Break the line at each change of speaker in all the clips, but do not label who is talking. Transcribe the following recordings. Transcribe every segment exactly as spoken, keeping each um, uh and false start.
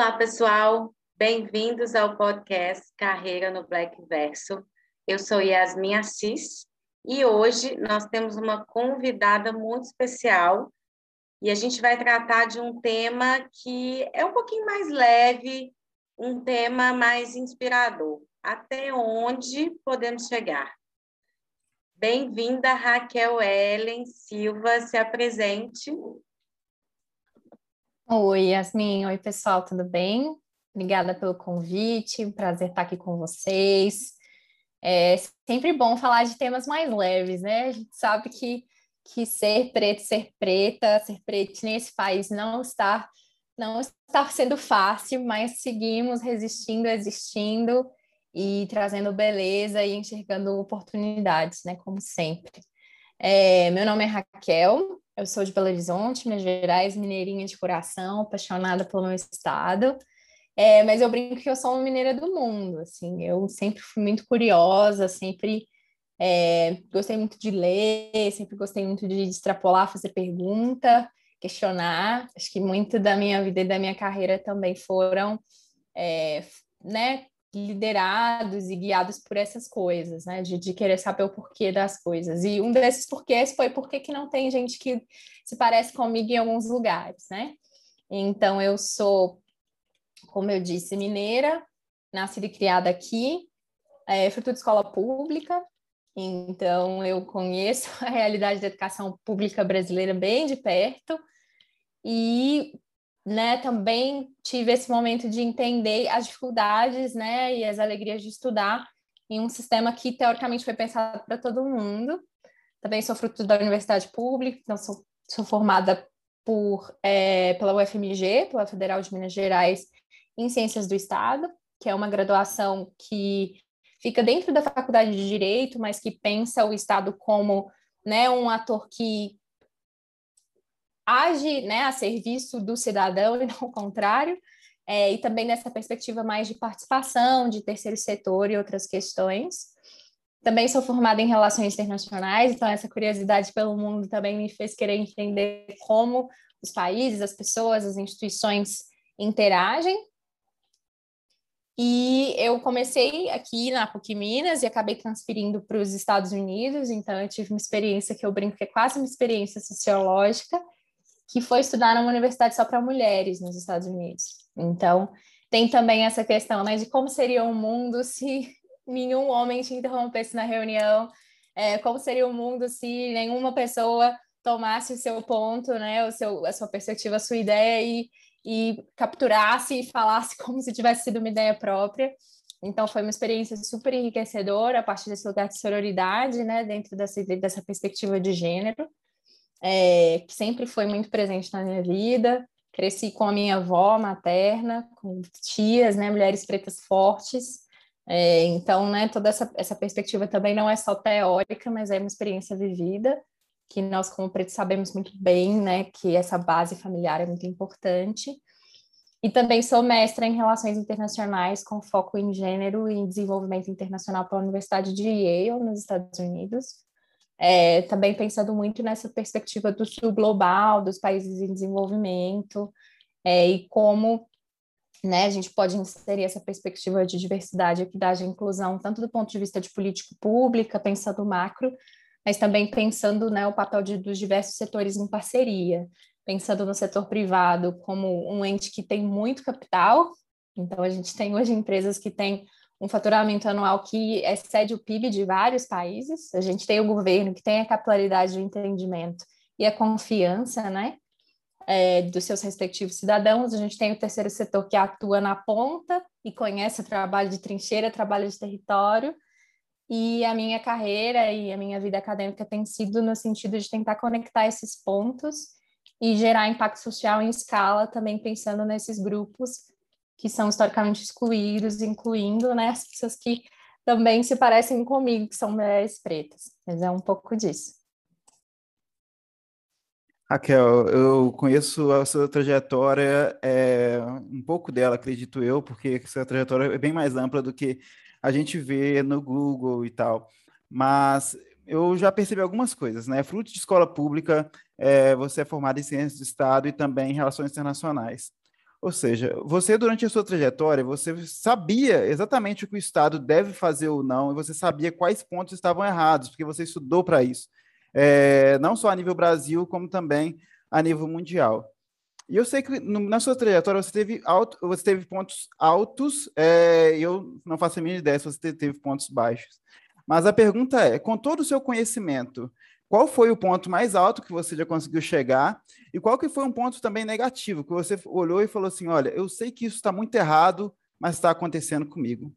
Olá, pessoal. Bem-vindos ao podcast Carreira no Black Verso. Eu sou Yasmin Assis e hoje nós temos uma convidada muito especial e a gente vai tratar de um tema que é um pouquinho mais leve, um tema mais inspirador. Até onde podemos chegar? Bem-vinda, Raquel Ellen Silva. Se apresente.
Oi, Yasmin. Oi, pessoal, tudo bem? Obrigada pelo convite, prazer estar aqui com vocês. É sempre bom falar de temas mais leves, né? A gente sabe que, que ser preto, ser preta, ser preto nesse país não está, não está sendo fácil, mas seguimos resistindo, existindo e trazendo beleza e enxergando oportunidades, né? Como sempre. É, meu nome é Raquel. Eu sou de Belo Horizonte, Minas Gerais, mineirinha de coração, apaixonada pelo meu estado. É, mas eu brinco que eu sou uma mineira do mundo, assim. Eu sempre fui muito curiosa, sempre é, gostei muito de ler, sempre gostei muito de extrapolar, fazer pergunta, questionar. Acho que muito da minha vida e da minha carreira também foram, é, né, liderados e guiados por essas coisas, né? De, de querer saber o porquê das coisas. E um desses porquês foi por que não tem gente que se parece comigo em alguns lugares, né? Então, eu sou, como eu disse, mineira, nascida e criada aqui, é, fruto de escola pública, então eu conheço a realidade da educação pública brasileira bem de perto e né, também tive esse momento de entender as dificuldades, né, e as alegrias de estudar em um sistema que teoricamente foi pensado para todo mundo. Também sou fruto da universidade pública, então sou, sou formada por, é, pela U F M G, pela Federal de Minas Gerais, em Ciências do Estado, que é uma graduação que fica dentro da Faculdade de Direito, mas que pensa o Estado como, né, um ator que age, né, a serviço do cidadão e não o contrário, é, e também nessa perspectiva mais de participação, de terceiro setor e outras questões. Também sou formada em Relações Internacionais, então essa curiosidade pelo mundo também me fez querer entender como os países, as pessoas, as instituições interagem. E eu comecei aqui na PUC Minas e acabei transferindo para os Estados Unidos, então eu tive uma experiência que eu brinco que é quase uma experiência sociológica, que foi estudar numa universidade só para mulheres nos Estados Unidos. Então, tem também essa questão, né, de como seria o mundo se nenhum homem te interrompesse na reunião, é, como seria o mundo se nenhuma pessoa tomasse o seu ponto, né, o seu, a sua perspectiva, a sua ideia e, e capturasse e falasse como se tivesse sido uma ideia própria. Então, foi uma experiência super enriquecedora a partir desse lugar de sororidade, né, dentro dessa, dessa perspectiva de gênero. É, que sempre foi muito presente na minha vida. Cresci com a minha avó materna, com tias, né, mulheres pretas fortes. É, então, né, toda essa, essa perspectiva também não é só teórica, mas é uma experiência vivida, que nós, como pretos, sabemos muito bem, né, que essa base familiar é muito importante. E também sou mestra em Relações Internacionais, com foco em Gênero e em Desenvolvimento Internacional pela Universidade de Yale, nos Estados Unidos. É, também pensando muito nessa perspectiva do sul global, dos países em desenvolvimento, é, e como, né, a gente pode inserir essa perspectiva de diversidade, equidade e inclusão, tanto do ponto de vista de política pública, pensando macro, mas também pensando, né, o papel de, dos diversos setores em parceria, pensando no setor privado como um ente que tem muito capital. Então, a gente tem hoje empresas que têm um faturamento anual que excede o P I B de vários países. A gente tem o governo que tem a capilaridade do entendimento e a confiança, né, é, dos seus respectivos cidadãos. A gente tem o terceiro setor que atua na ponta e conhece o trabalho de trincheira, trabalho de território. E a minha carreira e a minha vida acadêmica tem sido no sentido de tentar conectar esses pontos e gerar impacto social em escala, também pensando nesses grupos que são historicamente excluídos, incluindo, né, as pessoas que também se parecem comigo, que são mulheres pretas. Mas é um pouco disso.
Raquel, eu conheço a sua trajetória, é, um pouco dela, acredito eu, porque essa trajetória é bem mais ampla do que a gente vê no Google e tal. Mas eu já percebi algumas coisas, né? Fruto de escola pública, é, você é formado em Ciências do Estado e também em Relações Internacionais. Ou seja, você, durante a sua trajetória, você sabia exatamente o que o Estado deve fazer ou não, e você sabia quais pontos estavam errados, porque você estudou para isso. É, não só a nível Brasil, como também a nível mundial. E eu sei que no, na sua trajetória você teve, alto, você teve pontos altos, é, eu não faço a mínima ideia se você teve, teve pontos baixos. Mas a pergunta é, com todo o seu conhecimento, qual foi o ponto mais alto que você já conseguiu chegar e qual que foi um ponto também negativo, que você olhou e falou assim, olha, eu sei que isso está muito errado, mas está acontecendo comigo?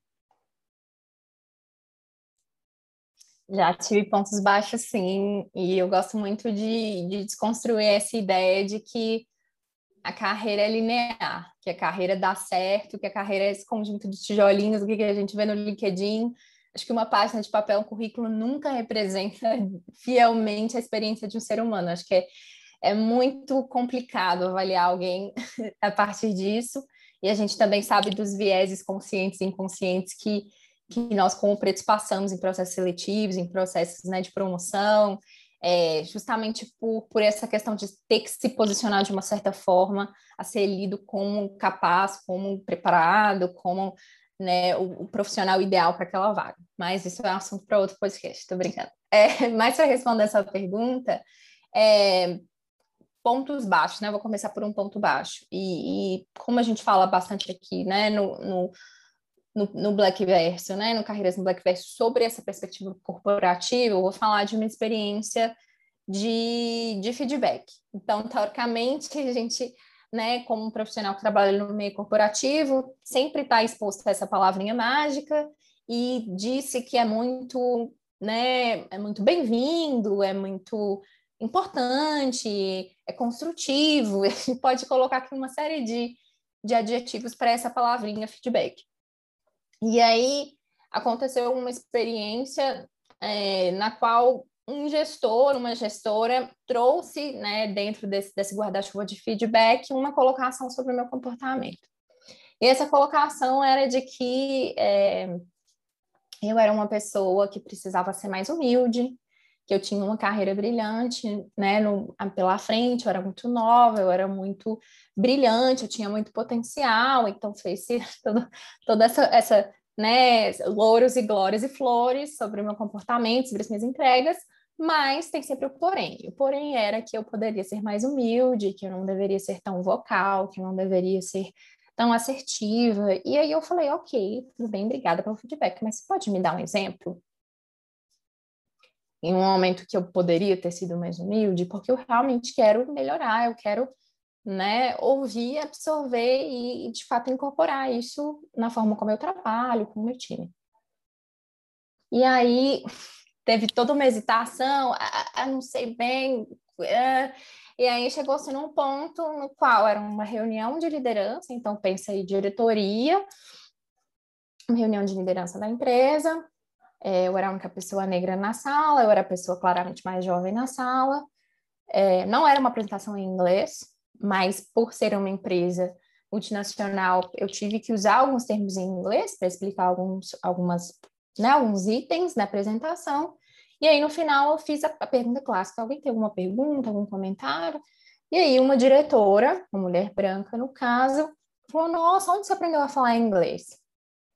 Já tive pontos baixos, sim, e eu gosto muito de, de desconstruir essa ideia de que a carreira é linear, que a carreira dá certo, que a carreira é esse conjunto de tijolinhos, o que a gente vê no LinkedIn. Acho que uma página de papel, um currículo nunca representa fielmente a experiência de um ser humano. Acho que é, é muito complicado avaliar alguém a partir disso. E a gente também sabe dos vieses conscientes e inconscientes que, que nós, como pretos, passamos em processos seletivos, em processos, né, de promoção, é, justamente por, por essa questão de ter que se posicionar de uma certa forma, a ser lido como capaz, como preparado, como, né, o, o profissional ideal para aquela vaga. Mas isso é um assunto para outro podcast, estou brincando. É, mas para responder essa pergunta, é, pontos baixos, né? Eu vou começar por um ponto baixo. E, e como a gente fala bastante aqui, né, no, no No, no Black Verso, né, no Carreiras no Black Verso, sobre essa perspectiva corporativa, eu vou falar de uma experiência de, de feedback. Então, teoricamente, a gente, né, como um profissional que trabalha no meio corporativo, sempre está exposto a essa palavrinha mágica e disse que é muito, né, é muito bem-vindo, é muito importante, é construtivo, a gente pode colocar aqui uma série de, de adjetivos para essa palavrinha feedback. E aí aconteceu uma experiência é, na qual um gestor, uma gestora trouxe, né, dentro desse, desse guarda-chuva de feedback, uma colocação sobre o meu comportamento. E essa colocação era de que é, eu era uma pessoa que precisava ser mais humilde, que eu tinha uma carreira brilhante, né, no, pela frente, eu era muito nova, eu era muito brilhante, eu tinha muito potencial, então fez toda, toda essa, essa né, louros e glórias e flores sobre o meu comportamento, sobre as minhas entregas, mas tem sempre o porém. O porém era que eu poderia ser mais humilde, que eu não deveria ser tão vocal, que eu não deveria ser tão assertiva. E aí eu falei, ok, tudo bem, obrigada pelo feedback, mas você pode me dar um exemplo? Em um momento que eu poderia ter sido mais humilde, porque eu realmente quero melhorar, eu quero, né, ouvir, absorver e, de fato, incorporar isso na forma como eu trabalho, com o meu time. E aí teve toda uma hesitação, ah, ah, não sei bem, ah, e aí chegou-se num ponto no qual era uma reunião de liderança, então pensa aí, diretoria, uma reunião de liderança da empresa, eu era a única pessoa negra na sala, eu era a pessoa claramente mais jovem na sala. É, não era uma apresentação em inglês, mas por ser uma empresa multinacional, eu tive que usar alguns termos em inglês para explicar alguns, algumas, né, alguns itens na apresentação. E aí, no final, eu fiz a, a pergunta clássica: alguém tem alguma pergunta, algum comentário? E aí, uma diretora, uma mulher branca no caso, falou: nossa, onde você aprendeu a falar inglês?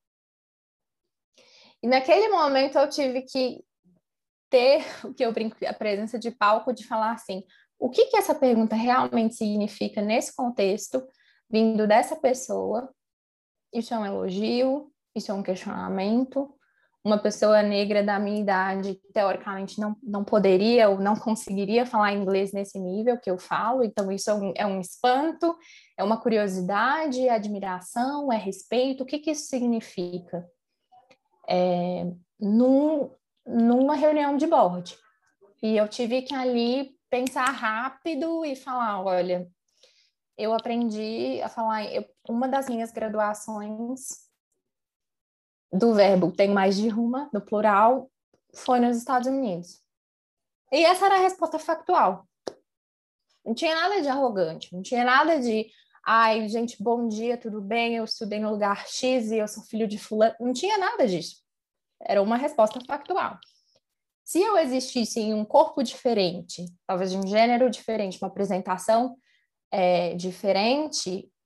E naquele momento eu tive que ter o que eu brinco, a presença de palco de falar assim, o que que essa pergunta realmente significa nesse contexto, vindo dessa pessoa? Isso é um elogio? Isso é um questionamento? Uma pessoa negra da minha idade, teoricamente, não, não poderia ou não conseguiria falar inglês nesse nível que eu falo, então isso é um, é um espanto, é uma curiosidade, é admiração, é respeito, o que que isso significa? É, num, numa reunião de board. E eu tive que ali pensar rápido e falar, olha, eu aprendi a falar, eu, uma das minhas graduações do verbo tem mais de uma, no plural, foi nos Estados Unidos. E essa era a resposta factual. Não tinha nada de arrogante, não tinha nada de, ai, gente, bom dia, tudo bem, eu estudei no lugar X e eu sou filho de fulano. Não tinha nada disso. Era uma resposta factual. Se eu existisse em um corpo diferente, talvez de um gênero diferente, uma apresentação é, diferente,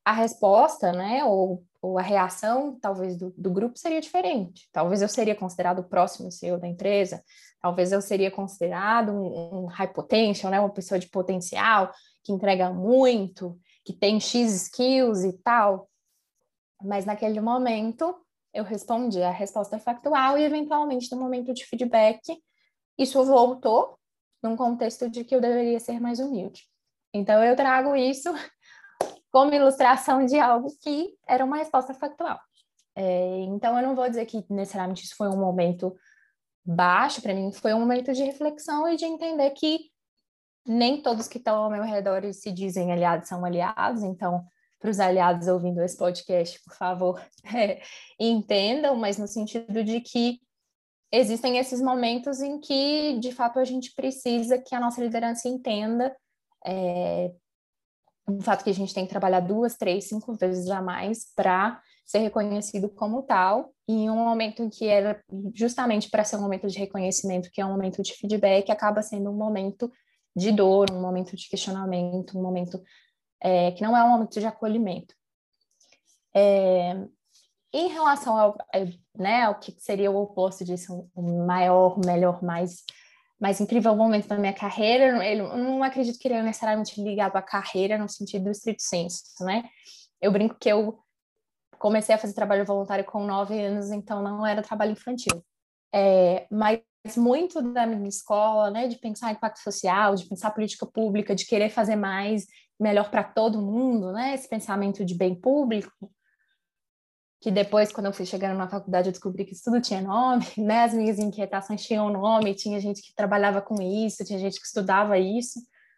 a resposta, né, ou, ou a reação, talvez, do, do grupo seria diferente. Talvez eu seria considerado o próximo C E O da empresa, talvez eu seria considerado um, um high potential, né, uma pessoa de potencial, que entrega muito, que tem X skills e tal. Mas naquele momento, eu respondi a resposta factual e, eventualmente, no momento de feedback, isso voltou num contexto de que eu deveria ser mais humilde. Então, eu trago isso como ilustração de algo que era uma resposta factual. É, então, eu não vou dizer que necessariamente isso foi um momento baixo para mim, foi um momento de reflexão e de entender que nem todos que estão ao meu redor e se dizem aliados são aliados. Então, para os aliados ouvindo esse podcast, por favor, é, entendam, mas no sentido de que existem esses momentos em que, de fato, a gente precisa que a nossa liderança entenda é, o fato que a gente tem que trabalhar duas, três, cinco vezes a mais para ser reconhecido como tal, e em um momento em que era justamente para ser um momento de reconhecimento, que é um momento de feedback, acaba sendo um momento de dor, um momento de questionamento, um momento é, que não é um momento de acolhimento. É, em relação ao, né, ao que seria o oposto disso, o maior, melhor, mais mais incrível momento da minha carreira, eu não acredito que ele é necessariamente ligado à carreira no sentido do estrito senso, né? Eu brinco que eu comecei a fazer trabalho voluntário com nove anos, então não era trabalho infantil. É, mas muito da minha escola, né, de pensar em impacto social, de pensar política pública, de querer fazer mais, melhor para todo mundo, né? Esse pensamento de bem público, que depois, quando eu fui chegando na faculdade, eu descobri que isso tudo tinha nome, né? As minhas inquietações tinham nome, tinha gente que trabalhava com isso, tinha gente que estudava isso.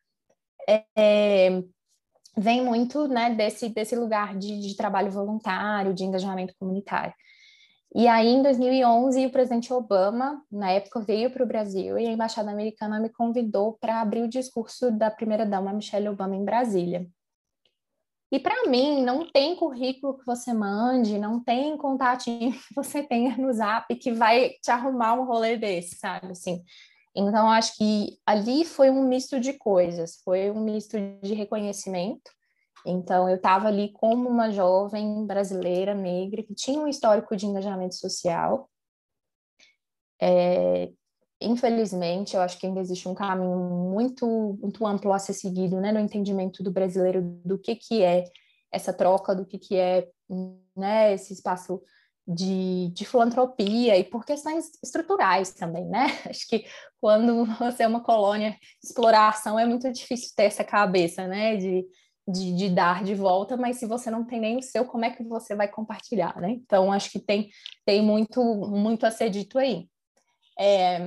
É, vem muito, né, desse, desse lugar de, de trabalho voluntário, de engajamento comunitário. E aí, em dois mil e onze, o presidente Obama, na época, veio para o Brasil e a embaixada americana me convidou para abrir o discurso da primeira-dama Michelle Obama em Brasília. E para mim, não tem currículo que você mande, não tem contatinho que você tenha no Zap que vai te arrumar um rolê desse, sabe? Assim, então, acho que ali foi um misto de coisas, foi um misto de reconhecimento. Então, eu estava ali como uma jovem brasileira, negra, que tinha um histórico de engajamento social. É, infelizmente, eu acho que ainda existe um caminho muito, muito amplo a ser seguido, né, no entendimento do brasileiro do que, que é essa troca, do que, que é, né, esse espaço de, de filantropia e por questões estruturais também, né? Acho que quando você é uma colônia de exploração é muito difícil ter essa cabeça, né, de, de, de dar de volta, mas se você não tem nem o seu, como é que você vai compartilhar, né? Então, acho que tem, tem muito, muito a ser dito aí. É,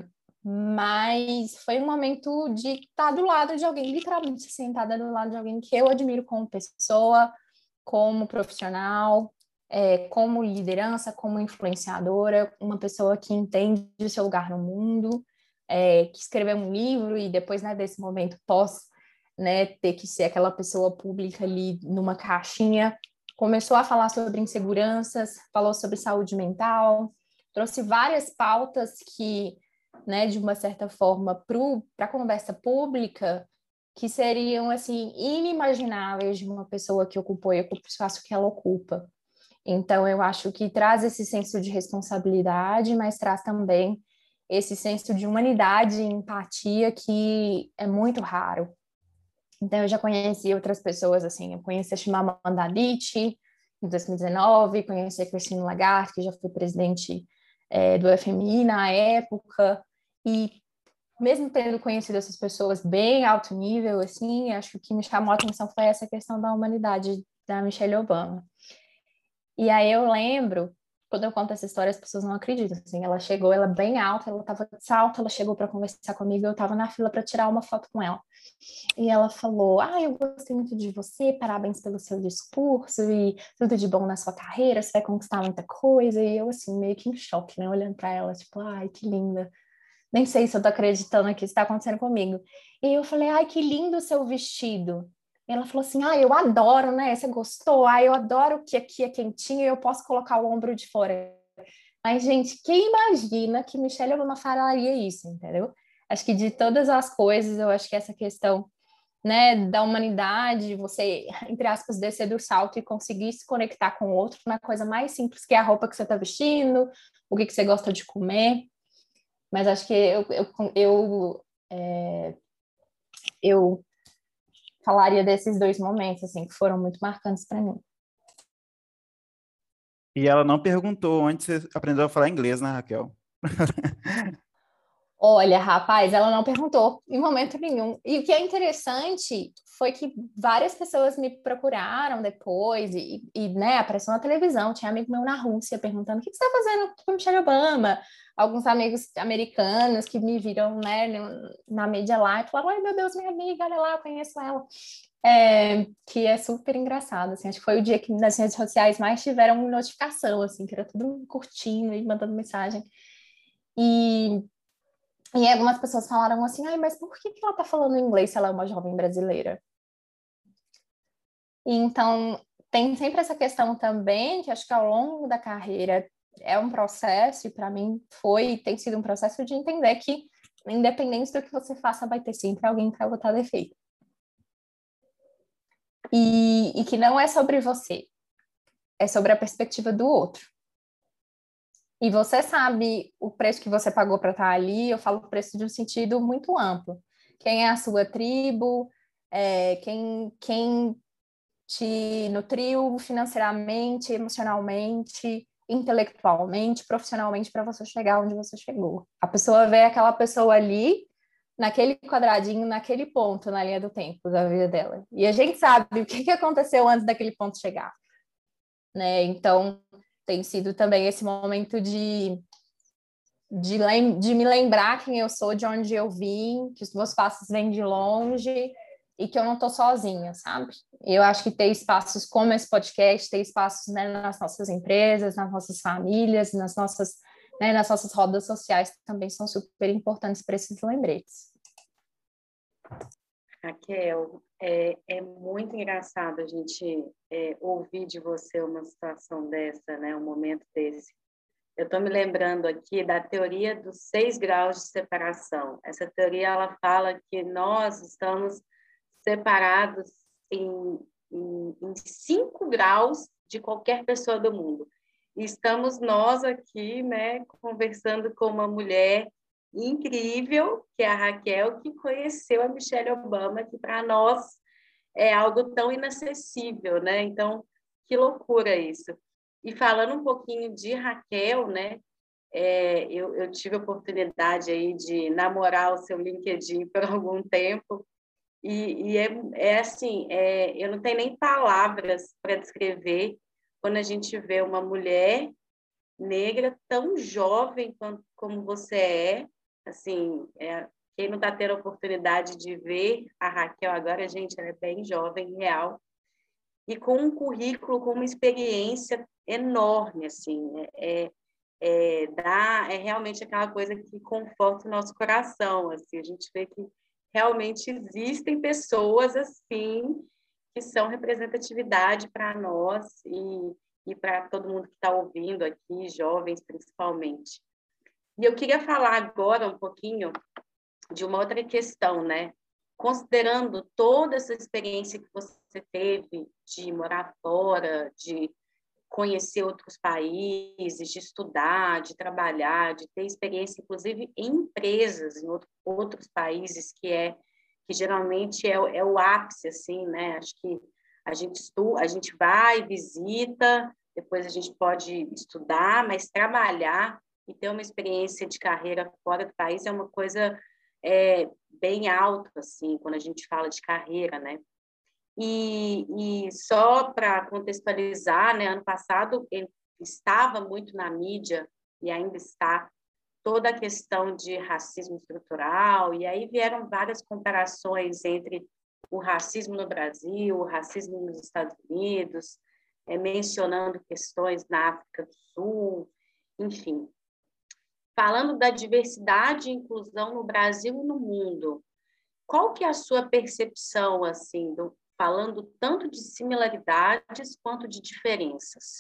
mas foi um momento de estar do lado de alguém, literalmente sentada do lado de alguém que eu admiro como pessoa, como profissional, é, como liderança, como influenciadora, uma pessoa que entende o seu lugar no mundo, é, que escreveu um livro e depois, né, desse momento pós, né, ter que ser aquela pessoa pública ali numa caixinha, começou a falar sobre inseguranças, falou sobre saúde mental, trouxe várias pautas que, né, de uma certa forma, para a conversa pública, que seriam, assim, inimagináveis de uma pessoa que ocupou e ocupa o espaço que ela ocupa. Então, eu acho que traz esse senso de responsabilidade, mas traz também esse senso de humanidade e empatia que é muito raro. Então, eu já conheci outras pessoas, assim, eu conheci a Chimamanda Adichie, em dois mil e dezenove, conheci a Christine Lagarde, que já foi presidente é, do F M I na época, e mesmo tendo conhecido essas pessoas bem alto nível, assim, acho que o que me chamou a atenção foi essa questão da humanidade da Michelle Obama. E aí eu lembro, quando eu conto essa história, as pessoas não acreditam, assim, ela chegou, ela bem alta, ela estava de salto, ela chegou para conversar comigo, eu estava na fila para tirar uma foto com ela. E ela falou, ah, eu gostei muito de você, parabéns pelo seu discurso e tudo de bom na sua carreira, você vai conquistar muita coisa. E eu, assim, meio que em choque, né, olhando para ela, tipo, ai, que linda. Nem sei se eu tô acreditando que isso está acontecendo comigo. E eu falei, ai, que lindo o seu vestido. E ela falou assim, ah, eu adoro, né? Você gostou? Ah, eu adoro que aqui é quentinho e eu posso colocar o ombro de fora. Mas, gente, quem imagina que Michelle Obama falaria isso, entendeu? Acho que de todas as coisas, eu acho que essa questão, né, da humanidade, você, entre aspas, descer do salto e conseguir se conectar com o outro na coisa mais simples, que é a roupa que você está vestindo, o que, que você gosta de comer. Mas acho que eu, eu, eu, é, eu falaria desses dois momentos, assim, que foram muito marcantes para mim.
E ela não perguntou onde você aprendeu a falar inglês, né, Raquel?
Olha, rapaz, ela não perguntou em momento nenhum. E o que é interessante foi que várias pessoas me procuraram depois e, e né, apareceu na televisão. Tinha amigo meu na Rússia perguntando o que você está fazendo com Michelle Obama. Alguns amigos americanos que me viram, né, na mídia lá e falaram, ai, meu Deus, minha amiga, olha lá, eu conheço ela. É, que é super engraçado, assim. Acho que foi o dia que nas redes sociais mais tiveram notificação, assim, que era tudo curtindo e mandando mensagem. E E algumas pessoas falaram assim, ai, mas por que que ela tá falando inglês se ela é uma jovem brasileira? E então, tem sempre essa questão também, que acho que ao longo da carreira é um processo, e para mim foi, tem sido um processo de entender que, independente do que você faça, vai ter sempre alguém para botar defeito. E, e que não é sobre você, é sobre a perspectiva do outro. E você sabe o preço que você pagou para estar ali, eu falo preço de um sentido muito amplo. Quem é a sua tribo, é, quem, quem te nutriu financeiramente, emocionalmente, intelectualmente, profissionalmente para você chegar onde você chegou. A pessoa vê aquela pessoa ali, naquele quadradinho, naquele ponto na linha do tempo da vida dela. E a gente sabe o que, que aconteceu antes daquele ponto chegar, né? Então, tem sido também esse momento de, de, de me lembrar quem eu sou, de onde eu vim, que os meus passos vêm de longe e que eu não estou sozinha, sabe? Eu acho que ter espaços como esse podcast, ter espaços, né, nas nossas empresas, nas nossas famílias, nas nossas, né, nas nossas rodas sociais também são super importantes para esses lembretes.
Raquel, é, é muito engraçado a gente é, ouvir de você uma situação dessa, né, um momento desse. Eu estou me lembrando aqui da teoria dos seis graus de separação. Essa teoria ela fala que nós estamos separados em, em, em cinco graus de qualquer pessoa do mundo. E estamos nós aqui, né, conversando com uma mulher incrível, que é a Raquel, que conheceu a Michelle Obama, que para nós é algo tão inacessível, né? Então, que loucura isso. E falando um pouquinho de Raquel, né? É, eu, eu tive a oportunidade aí de namorar o seu LinkedIn por algum tempo e, e é, é assim, é, eu não tenho nem palavras para descrever quando a gente vê uma mulher negra tão jovem quanto, como você é, assim, é, quem não está tendo a oportunidade de ver a Raquel agora, gente, ela é bem jovem, real, e com um currículo, com uma experiência enorme, assim, é, é, é, dá, é realmente aquela coisa que conforta o nosso coração, assim, a gente vê que realmente existem pessoas assim que são representatividade para nós e, e para todo mundo que está ouvindo aqui, jovens principalmente. E eu queria falar agora um pouquinho de uma outra questão, né? Considerando toda essa experiência que você teve de morar fora, de conhecer outros países, de estudar, de trabalhar, de ter experiência, inclusive, em empresas em outro, outros países, que é que geralmente é, é o ápice, assim, né? Acho que a gente estuda, a gente vai, visita, depois a gente pode estudar, mas trabalhar e ter uma experiência de carreira fora do país é uma coisa é, bem alta, assim, quando a gente fala de carreira, né? E, e só para contextualizar, né, ano passado ele estava muito na mídia e ainda está toda a questão de racismo estrutural, e aí vieram várias comparações entre o racismo no Brasil, o racismo nos Estados Unidos, é, mencionando questões na África do Sul, enfim. Falando da diversidade e inclusão no Brasil e no mundo, qual que é a sua percepção, assim, do, falando tanto de similaridades quanto de diferenças?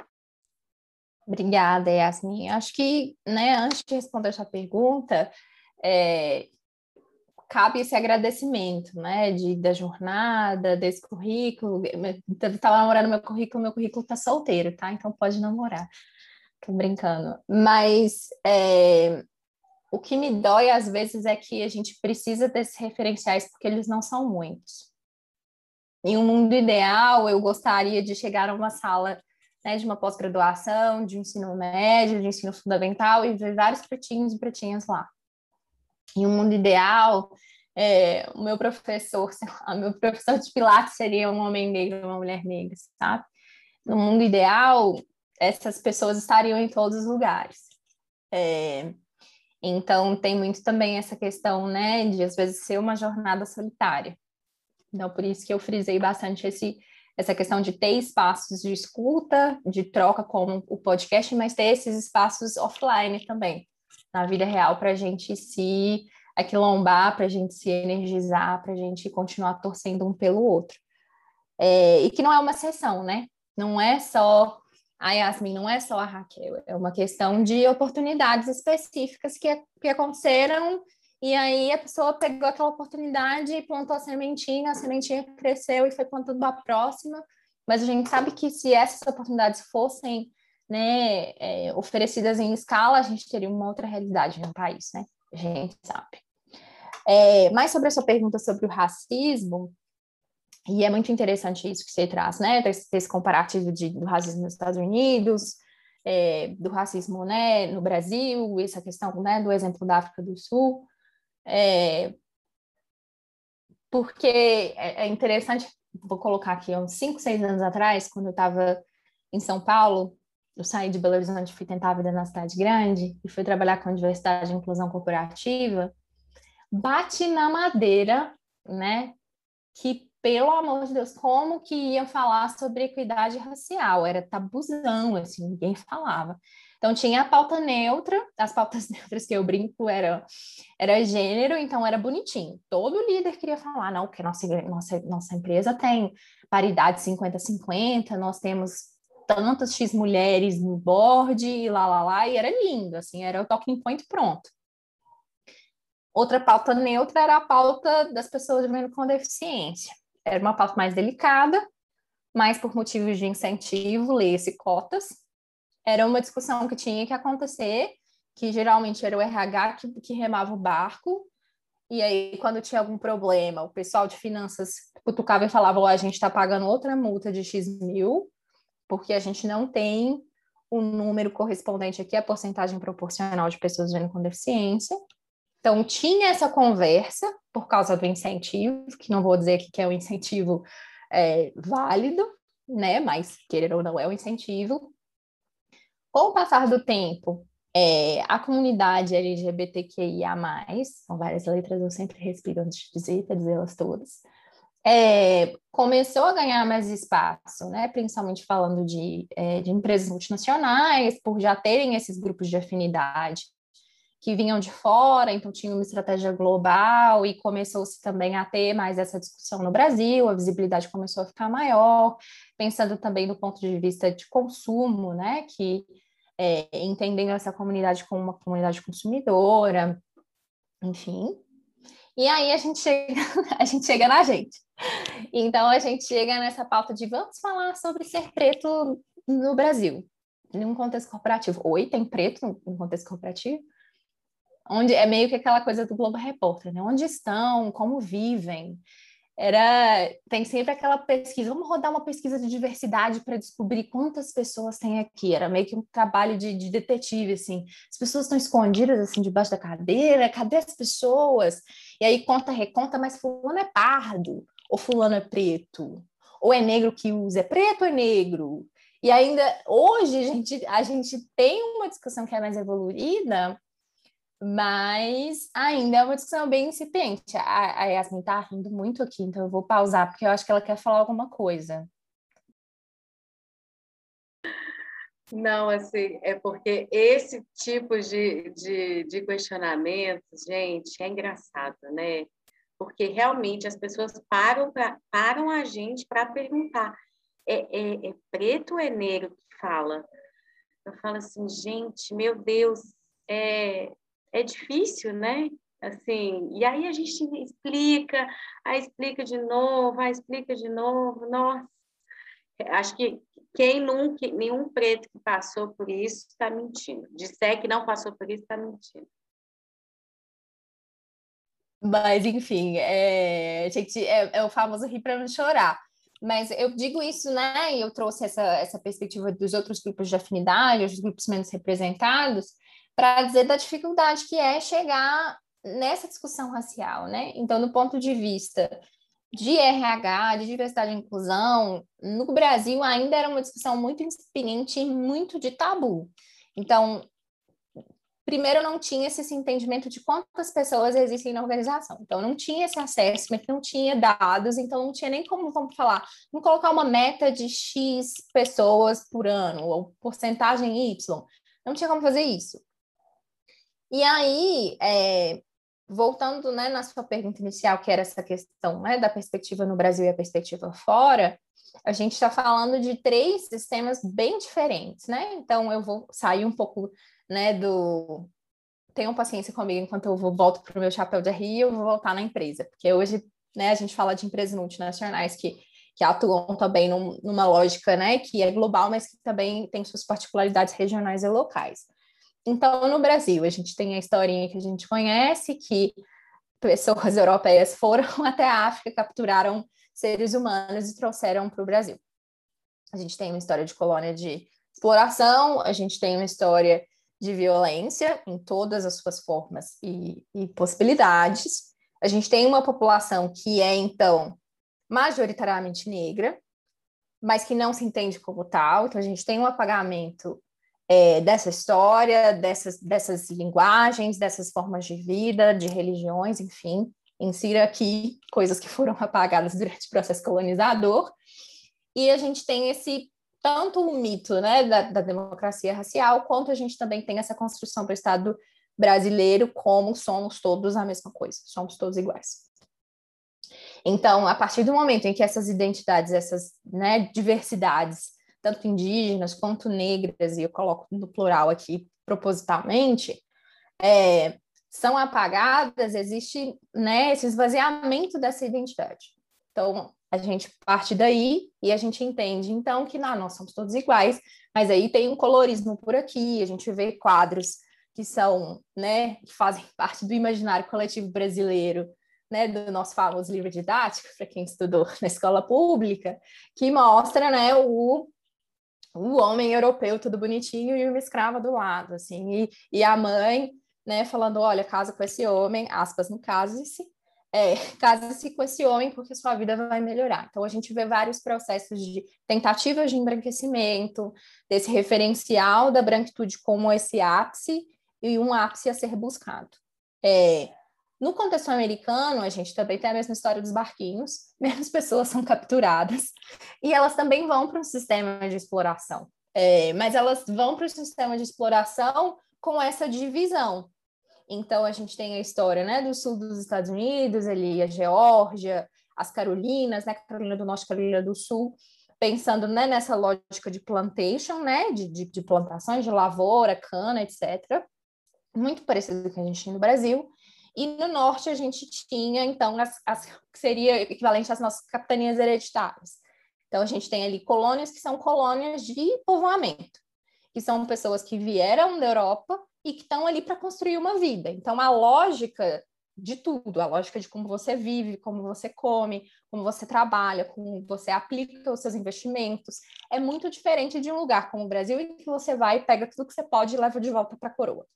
Obrigada, Yasmin. Acho que, né, antes de responder essa pergunta, é, cabe esse agradecimento, né, de, da jornada, desse currículo. Estava namorando meu currículo, meu currículo está solteiro, tá? Então pode namorar. Tô brincando. Mas é, o que me dói, às vezes, é que a gente precisa desses referenciais porque eles não são muitos. Em um mundo ideal, eu gostaria de chegar a uma sala, né, de uma pós-graduação, de ensino médio, de ensino fundamental e ver vários pretinhos e pretinhas lá. Em um mundo ideal, é, o meu professor, sei lá, meu professor de Pilates seria um homem negro, uma mulher negra, sabe? No mundo ideal, essas pessoas estariam em todos os lugares. É, então, tem muito também essa questão, né, de às vezes ser uma jornada solitária. Então, por isso que eu frisei bastante esse, essa questão de ter espaços de escuta, de troca como o podcast, mas ter esses espaços offline também, na vida real, para a gente se aquilombar, para a gente se energizar, para a gente continuar torcendo um pelo outro. É, e que não é uma exceção, né? Não é só a Yasmin, não é só a Raquel, é uma questão de oportunidades específicas que, que aconteceram, e aí a pessoa pegou aquela oportunidade e plantou a sementinha, a sementinha cresceu e foi plantando a próxima, mas a gente sabe que se essas oportunidades fossem, né, é, oferecidas em escala, a gente teria uma outra realidade no país, né? A gente sabe. É, mas sobre a sua pergunta sobre o racismo, e é muito interessante isso que você traz, né? Esse, esse comparativo de, do racismo nos Estados Unidos, é, do racismo, né, no Brasil, essa questão, né, do exemplo da África do Sul. É, porque é, é interessante, vou colocar aqui, uns cinco, seis anos atrás, quando eu estava em São Paulo, eu saí de Belo Horizonte e fui tentar a vida na cidade grande, e fui trabalhar com a diversidade e inclusão corporativa, bate na madeira, né, que, pelo amor de Deus, como que iam falar sobre equidade racial? Era tabuzão, assim, ninguém falava. Então, tinha a pauta neutra, as pautas neutras que eu brinco era, era gênero, então era bonitinho. Todo líder queria falar, não, porque nossa, nossa, nossa empresa tem paridade cinquenta a cinquenta, nós temos tantas X mulheres no board, e lá, lá, lá, e era lindo, assim, era o talking point pronto. Outra pauta neutra era a pauta das pessoas vivendo com deficiência. Era uma pauta mais delicada, mas por motivos de incentivo, lê-se cotas. Era uma discussão que tinha que acontecer, que geralmente era o R H que, que remava o barco, e aí quando tinha algum problema, o pessoal de finanças cutucava e falava, oh, a gente está pagando outra multa de X mil, porque a gente não tem o número correspondente aqui, a porcentagem proporcional de pessoas vivendo com deficiência. Então, tinha essa conversa por causa do incentivo, que não vou dizer que é um incentivo é, válido, né? Mas, querer ou não, é um incentivo. Com o passar do tempo, é, a comunidade L G B T Q I A mais, são várias letras, eu sempre respiro antes de dizer, para dizê-las todas, é, começou a ganhar mais espaço, né? Principalmente falando de, é, de empresas multinacionais, por já terem esses grupos de afinidade que vinham de fora, então tinha uma estratégia global e começou-se também a ter mais essa discussão no Brasil, a visibilidade começou a ficar maior, pensando também do ponto de vista de consumo, né, que é, entendendo essa comunidade como uma comunidade consumidora, enfim. E aí a gente chega, a gente chega na gente. Então a gente chega nessa pauta de vamos falar sobre ser preto no Brasil, em um contexto corporativo. Oi, tem preto no contexto corporativo? Onde é meio que aquela coisa do Globo Repórter, né? Onde estão, como vivem. Era, tem sempre aquela pesquisa, vamos rodar uma pesquisa de diversidade para descobrir quantas pessoas tem aqui. Era meio que um trabalho de, de detetive, assim. As pessoas estão escondidas, assim, debaixo da cadeira, cadê as pessoas? E aí conta, reconta, mas fulano é pardo, ou fulano é preto, ou é negro que usa, é preto ou é negro? E ainda, hoje, a gente, a gente tem uma discussão que é mais evoluída, mas ainda é uma discussão bem incipiente. A, a Yasmin tá rindo muito aqui, então eu vou pausar, porque eu acho que ela quer falar alguma coisa.
Não, assim, é porque esse tipo de, de, de questionamento, gente, é engraçado, né? Porque realmente as pessoas param, pra, param a gente para perguntar, é, é, é preto ou é negro que fala? Eu falo assim, gente, meu Deus, é, é difícil, né? Assim, e aí a gente explica, aí explica de novo, aí explica de novo. Nossa, acho que quem nunca, nenhum preto que passou por isso está mentindo. Disser que não passou por isso está mentindo.
Mas, enfim, é, gente, é, é o famoso rir para não chorar. Mas eu digo isso, né? E eu trouxe essa, essa perspectiva dos outros grupos de afinidade, os grupos menos representados, para dizer da dificuldade que é chegar nessa discussão racial, né? Então, do ponto de vista de R H, de diversidade e inclusão, no Brasil ainda era uma discussão muito incipiente e muito de tabu. Então, primeiro não tinha esse entendimento de quantas pessoas existem na organização. Então, não tinha esse acesso, não tinha dados, então não tinha nem como, vamos falar, vamos colocar uma meta de X pessoas por ano, ou porcentagem Y. Não tinha como fazer isso. E aí, é, voltando, né, na sua pergunta inicial, que era essa questão, né, da perspectiva no Brasil e a perspectiva fora, a gente está falando de três sistemas bem diferentes, né? Então, eu vou sair um pouco, né, do... Tenham paciência comigo enquanto eu vou, volto para o meu chapéu de R I e eu vou voltar na empresa, porque hoje, né, a gente fala de empresas multinacionais que, que atuam também num, numa lógica, né, que é global, mas que também tem suas particularidades regionais e locais. Então, no Brasil, a gente tem a historinha que a gente conhece, que pessoas europeias foram até a África, capturaram seres humanos e trouxeram para o Brasil. A gente tem uma história de colônia de exploração, a gente tem uma história de violência em todas as suas formas e, e possibilidades. A gente tem uma população que é, então, majoritariamente negra, mas que não se entende como tal. Então, a gente tem um apagamento é, dessa história, dessas, dessas linguagens, dessas formas de vida, de religiões, enfim. Insira aqui coisas que foram apagadas durante o processo colonizador. E a gente tem esse tanto o mito, né, da, da democracia racial, quanto a gente também tem essa construção para o Estado brasileiro como somos todos a mesma coisa, somos todos iguais. Então, a partir do momento em que essas identidades, essas, né, diversidades, tanto indígenas quanto negras, e eu coloco no plural aqui propositalmente, é, são apagadas, existe, né, esse esvaziamento dessa identidade. Então, a gente parte daí e a gente entende, então, que não, nós somos todos iguais, mas aí tem um colorismo por aqui, a gente vê quadros que são, né, que fazem parte do imaginário coletivo brasileiro, né, do nosso famoso livro didático, para quem estudou na escola pública, que mostra, né, o, o homem europeu tudo bonitinho e uma escrava do lado, assim, e, e a mãe, né, falando, olha, casa com esse homem, aspas no case-se, é, case-se com esse homem porque sua vida vai melhorar. Então, a gente vê vários processos de tentativas de embranquecimento, desse referencial da branquitude como esse ápice e um ápice a ser buscado. É, no contexto americano, a gente também tem a mesma história dos barquinhos, menos pessoas são capturadas, e elas também vão para um sistema de exploração. É, mas elas vão para o sistema de exploração com essa divisão. Então, a gente tem a história, né, do sul dos Estados Unidos, ali a Geórgia, as Carolinas, né, Carolina do Norte, Carolina do Sul, pensando, né, nessa lógica de plantation, né, de, de, de plantações, de lavoura, cana, etcétera, muito parecido com o que a gente tem no Brasil. E no norte a gente tinha, então, as, as, que seria equivalente às nossas capitanias hereditárias. Então, a gente tem ali colônias que são colônias de povoamento, que são pessoas que vieram da Europa e que estão ali para construir uma vida. Então, a lógica de tudo, a lógica de como você vive, como você come, como você trabalha, como você aplica os seus investimentos, é muito diferente de um lugar como o Brasil, em que você vai, pega tudo que você pode e leva de volta para a coroa.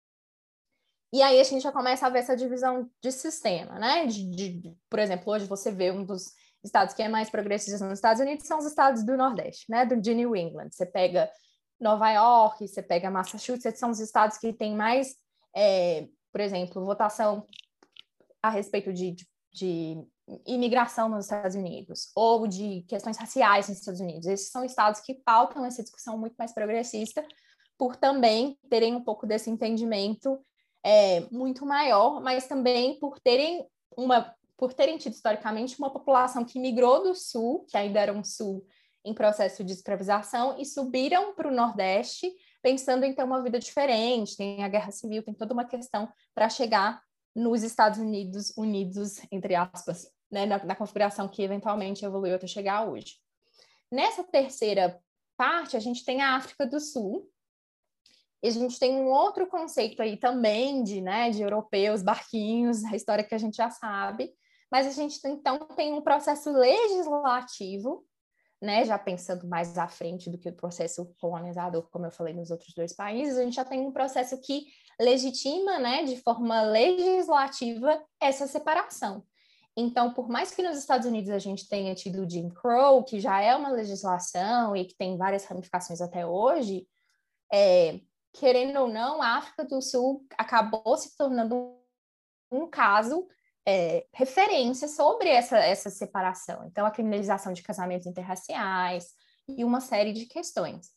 E aí a gente já começa a ver essa divisão de sistema, né? De, de, por exemplo, hoje você vê um dos estados que é mais progressista nos Estados Unidos são os estados do Nordeste, né? Do, de New England. Você pega Nova York, você pega Massachusetts, são os estados que têm mais, é, por exemplo, votação a respeito de, de, de imigração nos Estados Unidos ou de questões raciais nos Estados Unidos. Esses são estados que pautam essa discussão muito mais progressista por também terem um pouco desse entendimento É, muito maior, mas também por terem uma, por terem tido historicamente uma população que migrou do sul, que ainda era um sul em processo de escravização, e subiram para o Nordeste, pensando em ter uma vida diferente, tem a guerra civil, tem toda uma questão para chegar nos Estados Unidos, unidos, entre aspas, né, na, na configuração que eventualmente evoluiu até chegar hoje. Nessa terceira parte, a gente tem a África do Sul, e a gente tem um outro conceito aí também de, né, de europeus, barquinhos, a história que a gente já sabe, mas a gente então tem um processo legislativo, né, já pensando mais à frente do que o processo colonizador, como eu falei nos outros dois países, a gente já tem um processo que legitima, né, de forma legislativa essa separação. Então, por mais que nos Estados Unidos a gente tenha tido o Jim Crow, que já é uma legislação e que tem várias ramificações até hoje, é, querendo ou não, a África do Sul acabou se tornando um caso é, referência sobre essa, essa separação. Então, a criminalização de casamentos interraciais e uma série de questões.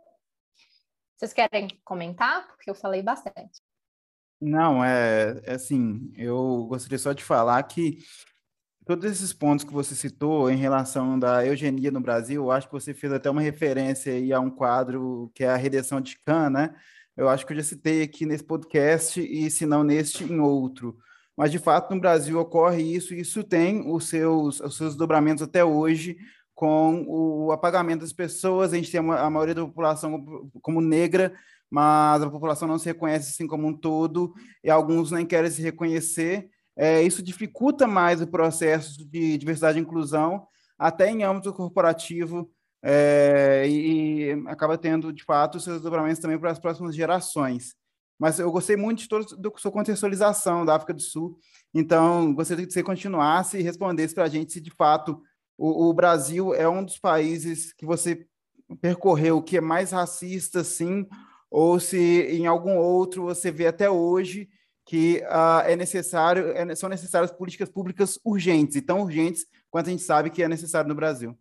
Vocês querem comentar? Porque eu falei bastante.
Não, é, é assim, eu gostaria só de falar que todos esses pontos que você citou em relação da eugenia no Brasil, eu acho que você fez até uma referência aí a um quadro que é a Redenção de Cã, né? Eu acho que eu já citei aqui nesse podcast e, se não neste, em outro. Mas, de fato, no Brasil ocorre isso e isso tem os seus, os seus dobramentos até hoje com o apagamento das pessoas. A gente tem a maioria da população como negra, mas a população não se reconhece assim como um todo e alguns nem querem se reconhecer. É, isso dificulta mais o processo de diversidade e inclusão, até em âmbito corporativo, é, e, e acaba tendo, de fato, seus desdobramentos também para as próximas gerações. Mas eu gostei muito de toda a sua contextualização da África do Sul, então gostaria que você continuasse e respondesse para a gente se, de fato, o, o Brasil é um dos países que você percorreu que é mais racista, sim, ou se em algum outro você vê até hoje que uh, é necessário, é, são necessárias políticas públicas urgentes, e tão urgentes quanto a gente sabe que é necessário no Brasil.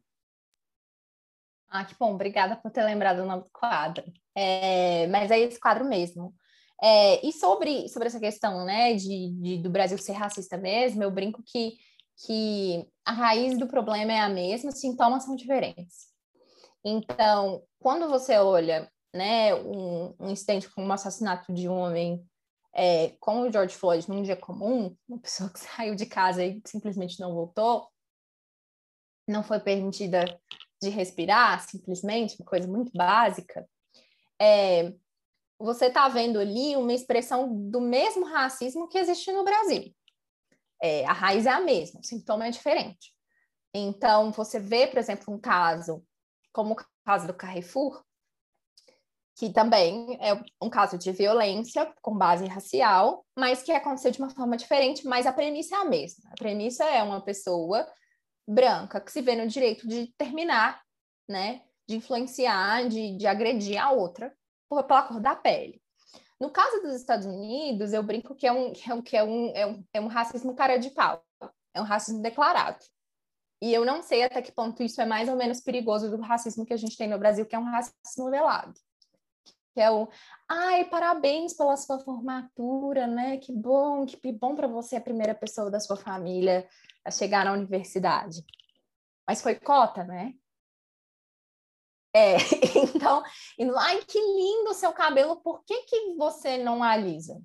Ah, que bom, obrigada por ter lembrado o nome do quadro. É, mas é esse quadro mesmo. É, e sobre, sobre essa questão, né, de, de, do Brasil ser racista mesmo, eu brinco que, que a raiz do problema é a mesma, os sintomas são diferentes. Então, quando você olha, né, um, um incidente como o assassinato de um homem é, como o George Floyd num dia comum, uma pessoa que saiu de casa e simplesmente não voltou, não foi permitida de respirar, simplesmente, uma coisa muito básica, é, você está vendo ali uma expressão do mesmo racismo que existe no Brasil. É, a raiz é a mesma, o sintoma é diferente. Então, você vê, por exemplo, um caso, como o caso do Carrefour, que também é um caso de violência com base racial, mas que aconteceu de uma forma diferente, mas a premissa é a mesma. A premissa é uma pessoa branca que se vê no direito de terminar, né, de influenciar, de, de agredir a outra por, pela cor da pele. No caso dos Estados Unidos, eu brinco que é um, que é um, que é um, é um, é um racismo cara de pau, é um racismo declarado. E eu não sei até que ponto isso é mais ou menos perigoso do racismo que a gente tem no Brasil, que é um racismo velado. Que é o, ai, parabéns pela sua formatura, né? Que bom, que bom para você, a primeira pessoa da sua família a chegar na universidade. Mas foi cota, né? É, então, ai, que lindo o seu cabelo, por que que você não alisa?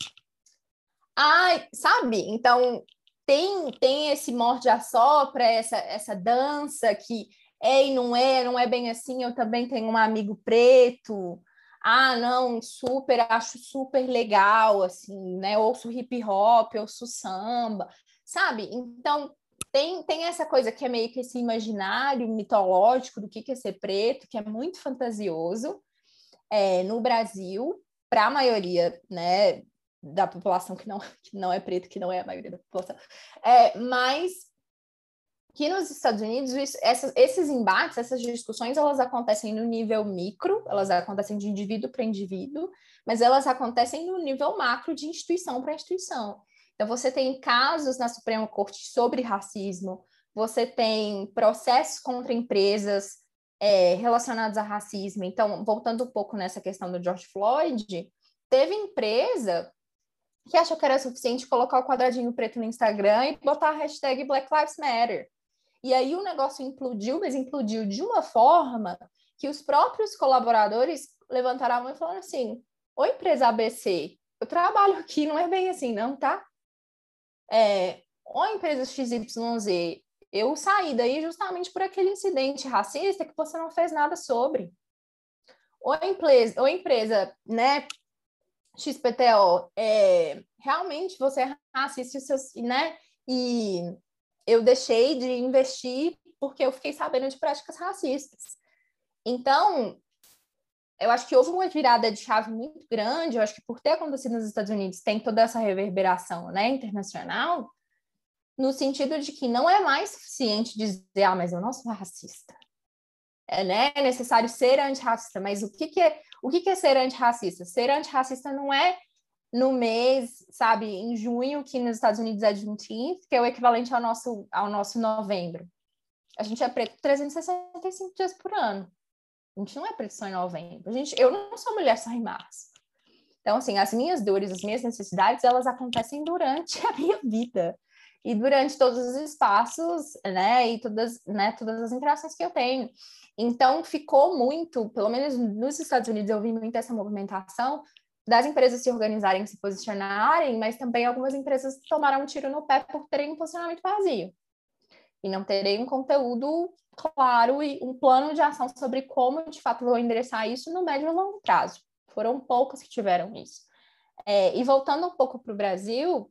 Ai, sabe? Então, tem, tem esse morde-a-sopra, essa, essa dança que é e não é, não é bem assim, eu também tenho um amigo preto, ah, não, super, acho super legal, assim, né? Ouço hip hop, ouço samba, sabe? Então, tem, tem essa coisa que é meio que esse imaginário mitológico do que, que é ser preto, que é muito fantasioso é, no Brasil, para a maioria, né, da população que não, que não é preta, que não é a maioria da população, é, mas que nos Estados Unidos isso, essas, esses embates, essas discussões, elas acontecem no nível micro, elas acontecem de indivíduo para indivíduo, mas elas acontecem no nível macro, de instituição para instituição. Então, você tem casos na Suprema Corte sobre racismo, você tem processos contra empresas é, relacionados a racismo. Então, voltando um pouco nessa questão do George Floyd, teve empresa que achou que era suficiente colocar o quadradinho preto no Instagram e botar a hashtag Black Lives Matter. E aí o negócio implodiu, mas implodiu de uma forma que os próprios colaboradores levantaram a mão e falaram assim, oi, empresa A B C, eu trabalho aqui, não é bem assim, não, tá? É, ou a empresa X Y Z, eu saí daí justamente por aquele incidente racista que você não fez nada sobre. Ou a empresa, ou a empresa né, X P T O, é, realmente você é racista, seus, né? E eu deixei de investir porque eu fiquei sabendo de práticas racistas. Então, eu acho que houve uma virada de chave muito grande, eu acho que por ter acontecido nos Estados Unidos tem toda essa reverberação, né, internacional, no sentido de que não é mais suficiente dizer, ah, mas eu não sou racista. É, né? É necessário ser antirracista, mas o que, que, é, o que, que é ser antirracista? Ser antirracista não é no mês, sabe, em junho, que nos Estados Unidos é Juneteenth, que é o equivalente ao nosso, ao nosso novembro. A gente é preto trezentos e sessenta e cinco dias por ano. A gente não é preto só em novembro. A gente, eu não sou mulher só em março. Então, assim, as minhas dores, as minhas necessidades, elas acontecem durante a minha vida. E durante todos os espaços, né, e todas, né, todas as interações que eu tenho. Então, ficou muito, pelo menos nos Estados Unidos, eu vi muito essa movimentação das empresas se organizarem, se posicionarem, mas também algumas empresas tomaram um tiro no pé por terem um posicionamento vazio e não terem um conteúdo claro e um plano de ação sobre como, de fato, vão endereçar isso no médio e longo prazo. Foram poucas que tiveram isso. É, e voltando um pouco para o Brasil,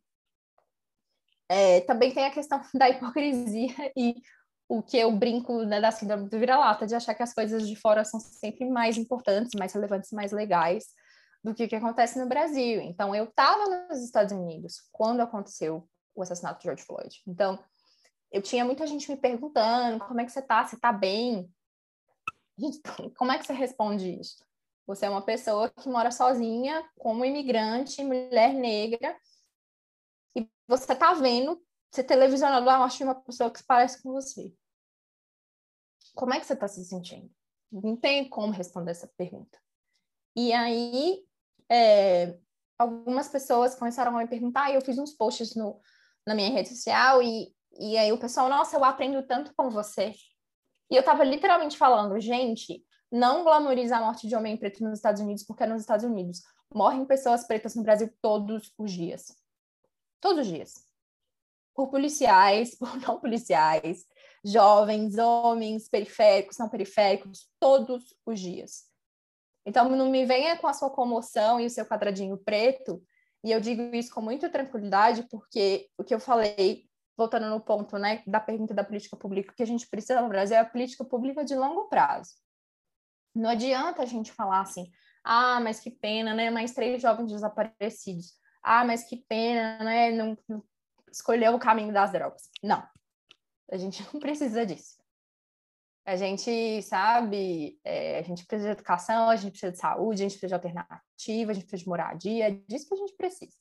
é, também tem a questão da hipocrisia e o que eu brinco, né, da síndrome do vira-lata, de achar que as coisas de fora são sempre mais importantes, mais relevantes, mais legais do que o que acontece no Brasil. Então, eu estava nos Estados Unidos quando aconteceu o assassinato de George Floyd. Então, eu tinha muita gente me perguntando, como é que você tá? Você tá bem? Gente, como é que você responde isso? Você é uma pessoa que mora sozinha, como imigrante, mulher negra, e você tá vendo, você televisionando a morte de uma pessoa que se parece com você. Como é que você tá se sentindo? Não tem como responder essa pergunta. E aí, é, algumas pessoas começaram a me perguntar, e eu fiz uns posts no, na minha rede social, e, e aí o pessoal, nossa, eu aprendo tanto com você. E eu tava literalmente falando, gente, não glamoriza a morte de homem preto nos Estados Unidos, porque é nos Estados Unidos morrem pessoas pretas no Brasil todos os dias. Todos os dias. Por policiais, por não policiais, jovens, homens, periféricos, não periféricos, todos os dias. Então, não me venha com a sua comoção e o seu quadradinho preto, e eu digo isso com muita tranquilidade, porque o que eu falei, voltando no ponto, né, da pergunta da política pública, o que a gente precisa no Brasil é a política pública de longo prazo. Não adianta a gente falar assim, ah, mas que pena, né, mais três jovens desaparecidos. Ah, mas que pena, né, não, não escolheu o caminho das drogas. Não, a gente não precisa disso. A gente sabe, é, a gente precisa de educação, a gente precisa de saúde, a gente precisa de alternativa, a gente precisa de moradia, é disso que a gente precisa.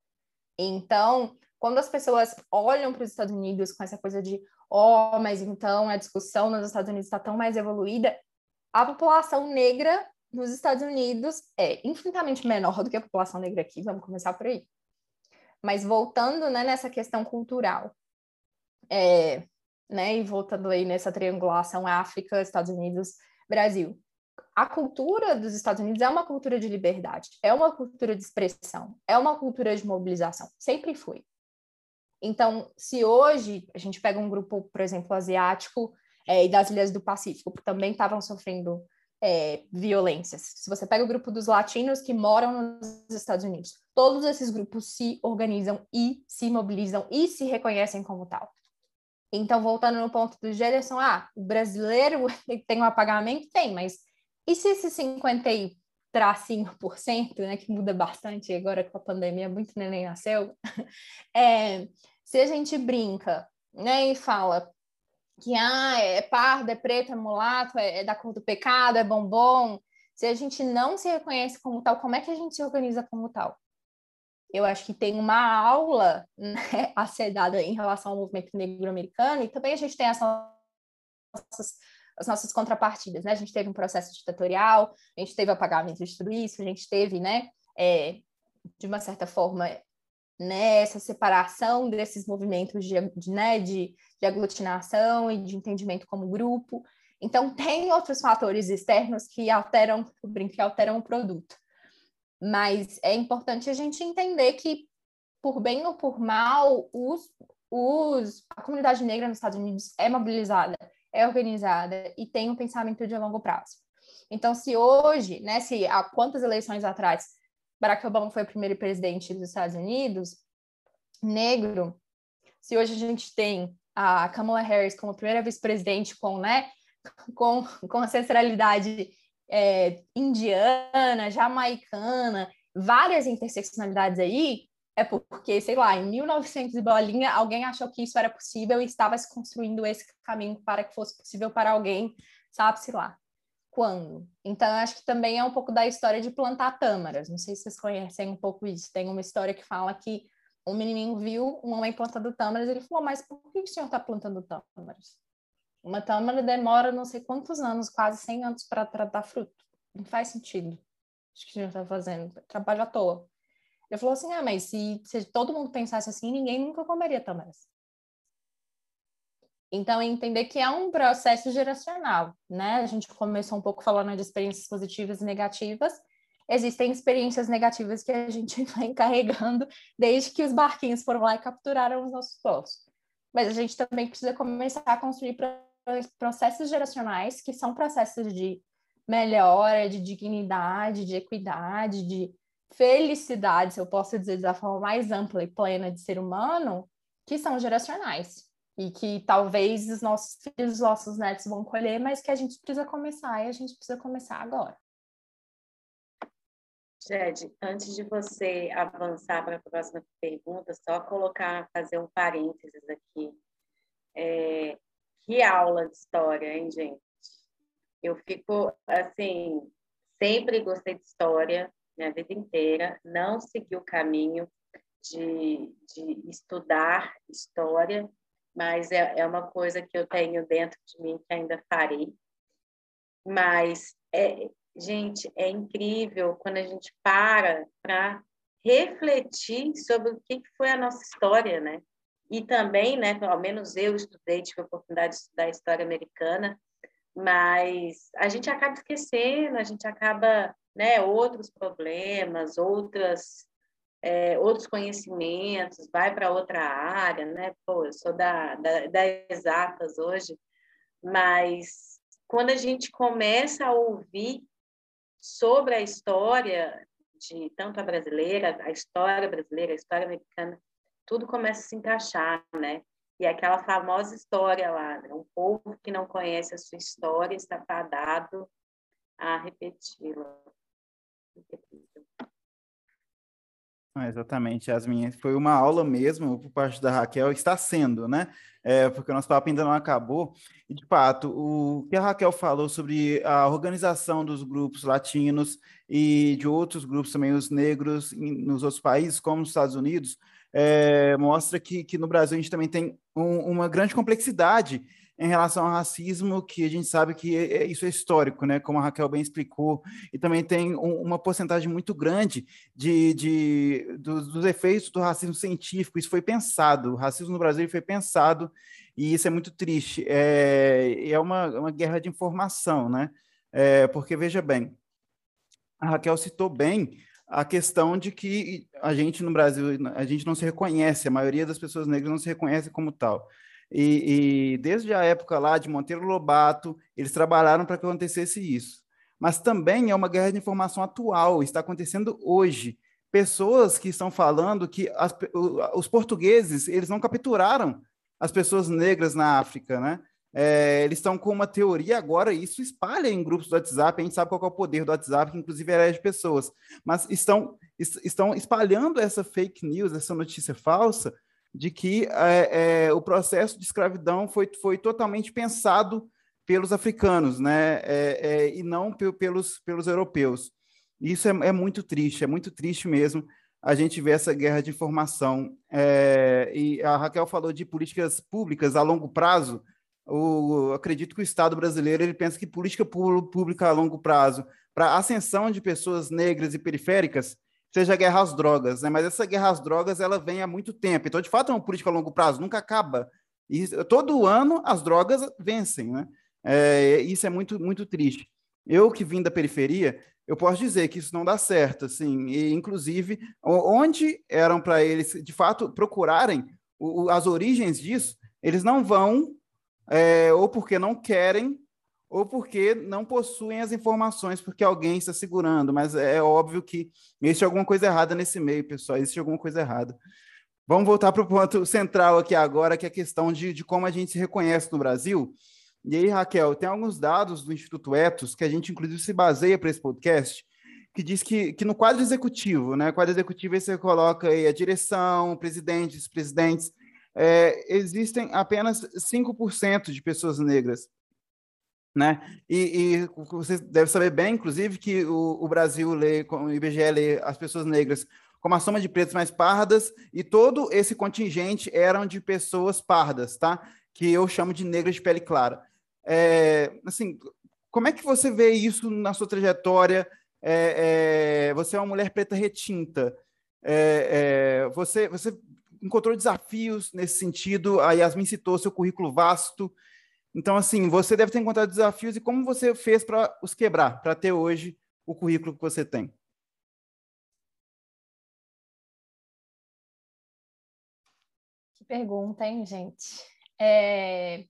Então, quando as pessoas olham para os Estados Unidos com essa coisa de, ó, oh, mas então a discussão nos Estados Unidos está tão mais evoluída, a população negra nos Estados Unidos é infinitamente menor do que a população negra aqui, vamos começar por aí. Mas voltando, né, nessa questão cultural, é, né, e voltando aí nessa triangulação África, Estados Unidos, Brasil, a cultura dos Estados Unidos é uma cultura de liberdade, é uma cultura de expressão, é uma cultura de mobilização, sempre foi. Então, se hoje a gente pega um grupo, por exemplo, asiático é, e das ilhas do Pacífico, que também estavam sofrendo é, violências, se você pega o grupo dos latinos que moram nos Estados Unidos, todos esses grupos se organizam e se mobilizam e se reconhecem como tal. Então, voltando no ponto do Gerson, ah, o brasileiro tem um apagamento? Tem, mas e se esse cinquenta e tracinho por cento, né, que muda bastante agora com a pandemia, muito neném nasceu, é, se a gente brinca, né, e fala que ah, é pardo, é preto, é mulato, é, é da cor do pecado, é bombom, se a gente não se reconhece como tal, como é que a gente se organiza como tal? Eu acho que tem uma aula, né, a ser dada em relação ao movimento negro-americano, e também a gente tem as nossas, as nossas contrapartidas, né? A gente teve um processo ditatorial, a gente teve apagamento de tudo isso, a gente teve, né, é, de uma certa forma, né, essa separação desses movimentos de, de, né, de, de aglutinação e de entendimento como grupo. Então, tem outros fatores externos que alteram, que alteram o produto. Mas é importante a gente entender que por bem ou por mal, os, os, a comunidade negra nos Estados Unidos é mobilizada, é organizada e tem um pensamento de longo prazo. Então, se hoje, né, se há quantas eleições atrás Barack Obama foi o primeiro presidente dos Estados Unidos, negro, se hoje a gente tem a Kamala Harris como primeira vice-presidente com, né, com, com ancestralidade é, indiana, jamaicana, várias interseccionalidades aí, é porque, sei lá, em mil e novecentos e bolinha, alguém achou que isso era possível e estava se construindo esse caminho para que fosse possível para alguém, sabe-se lá quando. Então, eu acho que também é um pouco da história de plantar tâmaras. Não sei se vocês conhecem um pouco isso. Tem uma história que fala que um menininho viu um homem plantando tâmaras e ele falou, mas por que o senhor está plantando tâmaras? Uma tâmara demora não sei quantos anos, quase cem anos para dar fruto. Não faz sentido. Acho que o senhor está fazendo trabalho à toa. Ele falou assim, ah, mas se, se todo mundo pensasse assim, ninguém nunca comeria tâmaras. Então, entender que é um processo geracional, né? A gente começou um pouco falando de experiências positivas e negativas. Existem experiências negativas que a gente vem carregando desde que os barquinhos foram lá e capturaram os nossos povos. Mas a gente também precisa começar a construir processos geracionais que são processos de melhora, de dignidade, de equidade, de felicidade, se eu posso dizer da forma mais ampla e plena de ser humano, que são geracionais. E que talvez os nossos filhos, os nossos netos vão colher, mas que a gente precisa começar, e a gente precisa começar agora.
Jed, antes de você avançar para a próxima pergunta, só colocar, fazer um parênteses aqui. É, que aula de história, hein, gente? Eu fico, assim, sempre gostei de história, minha vida inteira, não segui o caminho de, de estudar história, mas é, é uma coisa que eu tenho dentro de mim que ainda farei. Mas, é, gente, é incrível quando a gente para para refletir sobre o que foi a nossa história, né? E também, né, pelo menos eu estudei, tive a oportunidade de estudar história americana, mas a gente acaba esquecendo, a gente acaba, né, outros problemas, outras... É, outros conhecimentos, vai para outra área, né? Pô, eu sou da, da, da exatas hoje, mas quando a gente começa a ouvir sobre a história de tanto a brasileira, a história brasileira, a história americana, tudo começa a se encaixar, né? E aquela famosa história lá, né? Um povo que não conhece a sua história está fadado a repeti-la.
Ah, exatamente, Yasmin. Foi uma aula mesmo por parte da Raquel, está sendo, né? É, porque o nosso papo ainda não acabou. E, de fato, o que a Raquel falou sobre a organização dos grupos latinos e de outros grupos também, os negros, em, nos outros países, como nos Estados Unidos, é, mostra que, que no Brasil a gente também tem um, uma grande complexidade em relação ao racismo, que a gente sabe que é, isso é histórico, né? Como a Raquel bem explicou, e também tem um, uma porcentagem muito grande de, de, dos, dos efeitos do racismo científico. Isso foi pensado, o racismo no Brasil foi pensado, e isso é muito triste. É, é uma, uma guerra de informação, né? É, porque, veja bem, a Raquel citou bem a questão de que a gente no Brasil, a gente não se reconhece, a maioria das pessoas negras não se reconhece como tal. E, e desde a época lá de Monteiro Lobato, eles trabalharam para que acontecesse isso. Mas também é uma guerra de informação atual, está acontecendo hoje. Pessoas que estão falando que as, os portugueses, eles não capturaram as pessoas negras na África, né? É, eles estão com uma teoria agora, e isso espalha em grupos do WhatsApp, a gente sabe qual é o poder do WhatsApp, que inclusive elege pessoas, mas estão, estão espalhando essa fake news, essa notícia falsa, de que é, é, o processo de escravidão foi, foi totalmente pensado pelos africanos, né? É, é, e não pelos, pelos europeus. Isso é, é muito triste, é muito triste mesmo a gente ver essa guerra de informação. É, e a Raquel falou de políticas públicas a longo prazo. O, acredito que o Estado brasileiro ele pensa que política pública a longo prazo para a ascensão de pessoas negras e periféricas seja a guerra às drogas, né? Mas essa guerra às drogas ela vem há muito tempo. Então, de fato, é uma política a longo prazo, nunca acaba. E todo ano as drogas vencem, né? É, isso é muito, muito triste. Eu que vim da periferia, eu posso dizer que isso não dá certo, assim, e inclusive onde eram para eles, de fato, procurarem o, o, as origens disso, eles não vão, é, ou porque não querem, ou porque não possuem as informações, porque alguém está segurando, mas é óbvio que existe alguma coisa errada nesse meio, pessoal, existe alguma coisa errada. Vamos voltar para o ponto central aqui agora, que é a questão de, de como a gente se reconhece no Brasil. E aí, Raquel, tem alguns dados do Instituto Ethos, que a gente, inclusive, se baseia para esse podcast, que diz que, que no quadro executivo, né, quadro executivo aí você coloca aí a direção, presidentes, presidentes, é, existem apenas cinco por cento de pessoas negras. Né? E, e você deve saber bem, inclusive, que o, o Brasil lê, o I B G E lê as pessoas negras como a soma de pretos mais pardas, e todo esse contingente eram de pessoas pardas, tá? Que eu chamo de negras de pele clara. É, assim, como é que você vê isso na sua trajetória? É, é, você é uma mulher preta retinta. É, é, você, você encontrou desafios nesse sentido? A Yasmin citou seu currículo vasto. Então, assim, você deve ter encontrado desafios e como você fez para os quebrar, para ter hoje o currículo que você tem?
Que pergunta, hein, gente? É...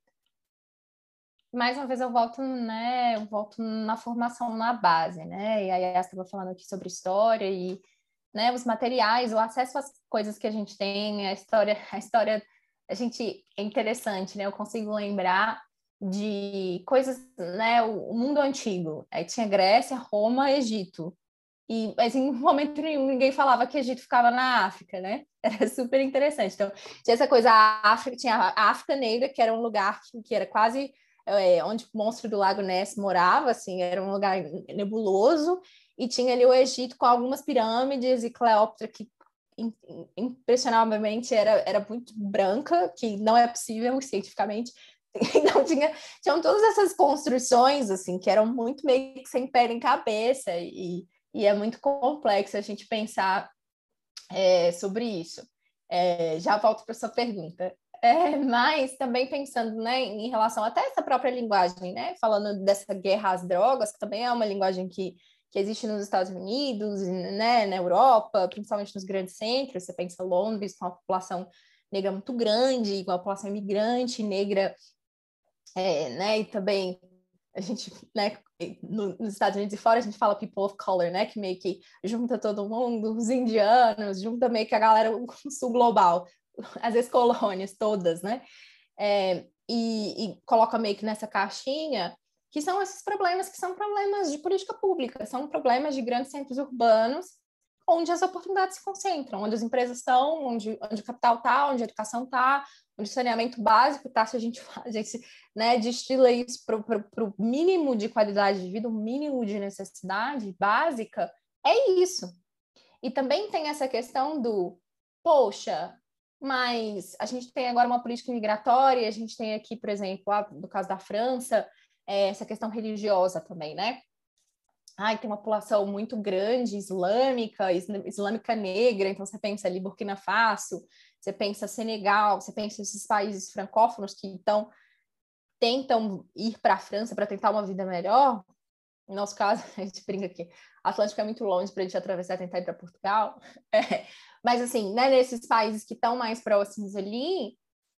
Mais uma vez eu volto, né, eu volto na formação na base, né? E aí a estava falando aqui sobre história e, né, os materiais, o acesso às coisas que a gente tem, a história, a história, a gente é interessante, né? Eu consigo lembrar de coisas, né, o, o mundo antigo. Aí tinha Grécia, Roma, Egito. E, mas em momento nenhum ninguém falava que o Egito ficava na África, né? Era super interessante. Então, tinha essa coisa, a África, tinha a África Negra, que era um lugar que, que era quase é, onde o monstro do Lago Ness morava, assim, era um lugar nebuloso, e tinha ali o Egito com algumas pirâmides e Cleópatra, que impressionavelmente era, era muito branca, que não é possível cientificamente. Então, tinha, tinham todas essas construções, assim, que eram muito meio que sem pé nem cabeça, e E é muito complexo a gente pensar é, sobre isso. É, já volto para a sua pergunta. É, mas também pensando, né, em relação até essa própria linguagem, né, falando dessa guerra às drogas, que também é uma linguagem que, que existe nos Estados Unidos, né, na Europa, principalmente nos grandes centros. Você pensa Londres, com uma população negra muito grande, com uma população imigrante negra, é, né, e também a gente, né, no, nos Estados Unidos e fora, a gente fala people of color, né, que meio que junta todo mundo, os indianos, junta meio que a galera sul global, as ex-colônias todas, né, é, e, e coloca meio que nessa caixinha, que são esses problemas que são problemas de política pública, são problemas de grandes centros urbanos, onde as oportunidades se concentram, onde as empresas estão, onde, onde o capital está, onde a educação está, onde o saneamento básico está, se a gente, a gente né, destila isso para o mínimo de qualidade de vida, o mínimo de necessidade básica, é isso. E também tem essa questão do, poxa, mas a gente tem agora uma política migratória, a gente tem aqui, por exemplo, no caso da França, é, essa questão religiosa também, né? Ai, tem uma população muito grande, islâmica, islâmica negra, então você pensa ali Burkina Faso, você pensa Senegal, você pensa esses países francófonos que então tentam ir para a França para tentar uma vida melhor. No nosso caso, a gente brinca aqui, Atlântico é muito longe para a gente atravessar e tentar ir para Portugal. É. Mas assim, né, nesses países que estão mais próximos ali,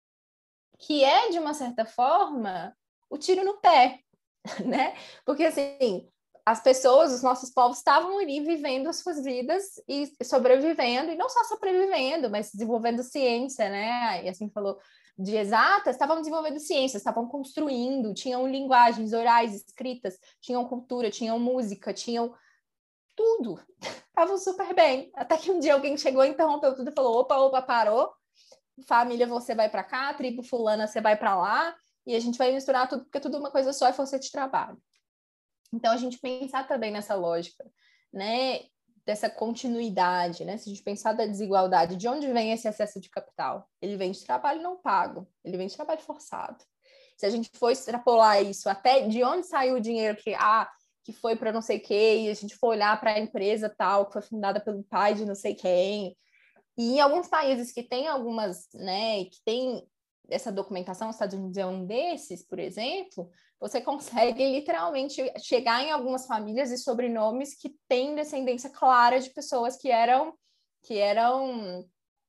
que é, de uma certa forma, o tiro no pé, né? Porque assim, as pessoas, os nossos povos estavam ali vivendo as suas vidas e sobrevivendo, e não só sobrevivendo, mas desenvolvendo ciência, né? E assim falou de exatas, estavam desenvolvendo ciência, estavam construindo, tinham linguagens orais, escritas, tinham cultura, tinham música, tinham tudo. Estavam super bem. Até que um dia alguém chegou, interrompeu tudo e falou: opa, opa, parou. Família, você vai para cá, tribo fulana, você vai para lá, e a gente vai misturar tudo, porque tudo é uma coisa só, é força de trabalho. Então, a gente pensar também nessa lógica, né, dessa continuidade, né, se a gente pensar da desigualdade, de onde vem esse excesso de capital? Ele vem de trabalho não pago, ele vem de trabalho forçado. Se a gente for extrapolar isso até de onde saiu o dinheiro que, ah, que foi para não sei quem, e a gente for olhar para a empresa tal, que foi fundada pelo pai de não sei quem, e em alguns países que tem algumas, né, que tem essa documentação, os Estados Unidos é um desses, por exemplo, você consegue literalmente chegar em algumas famílias e sobrenomes que têm descendência clara de pessoas que eram, que eram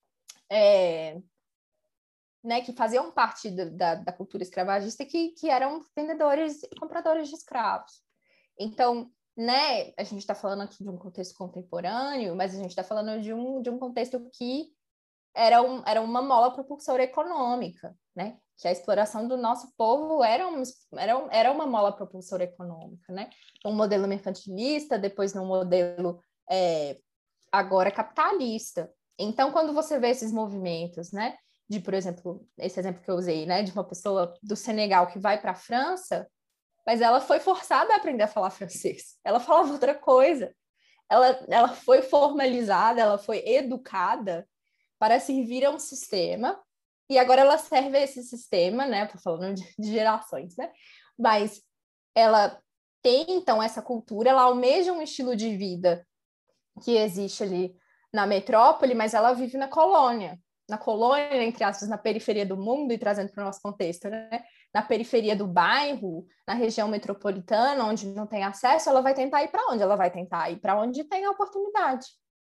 é, né, que faziam parte do, da, da cultura escravagista, que, que eram vendedores e compradores de escravos. Então, né, a gente está falando aqui de um contexto contemporâneo, mas a gente está falando de um, de um contexto que era, um, era uma mola propulsora econômica, né? Que a exploração do nosso povo era, um, era, era uma mola propulsora econômica, né? Um modelo mercantilista, depois num modelo é, agora capitalista. Então, quando você vê esses movimentos, né? De, por exemplo, esse exemplo que eu usei, né? De uma pessoa do Senegal que vai para a França, mas ela foi forçada a aprender a falar francês. Ela falava outra coisa. Ela, ela foi formalizada, ela foi educada para servir a um sistema, e agora ela serve a esse sistema, né? Estou falando de, de gerações, né? Mas ela tem, então, essa cultura, ela almeja um estilo de vida que existe ali na metrópole, mas ela vive na colônia. Na colônia, entre aspas, na periferia do mundo, e trazendo para o nosso contexto, né? Na periferia do bairro, na região metropolitana, onde não tem acesso, ela vai tentar ir para onde? Ela vai tentar ir para onde tem a oportunidade.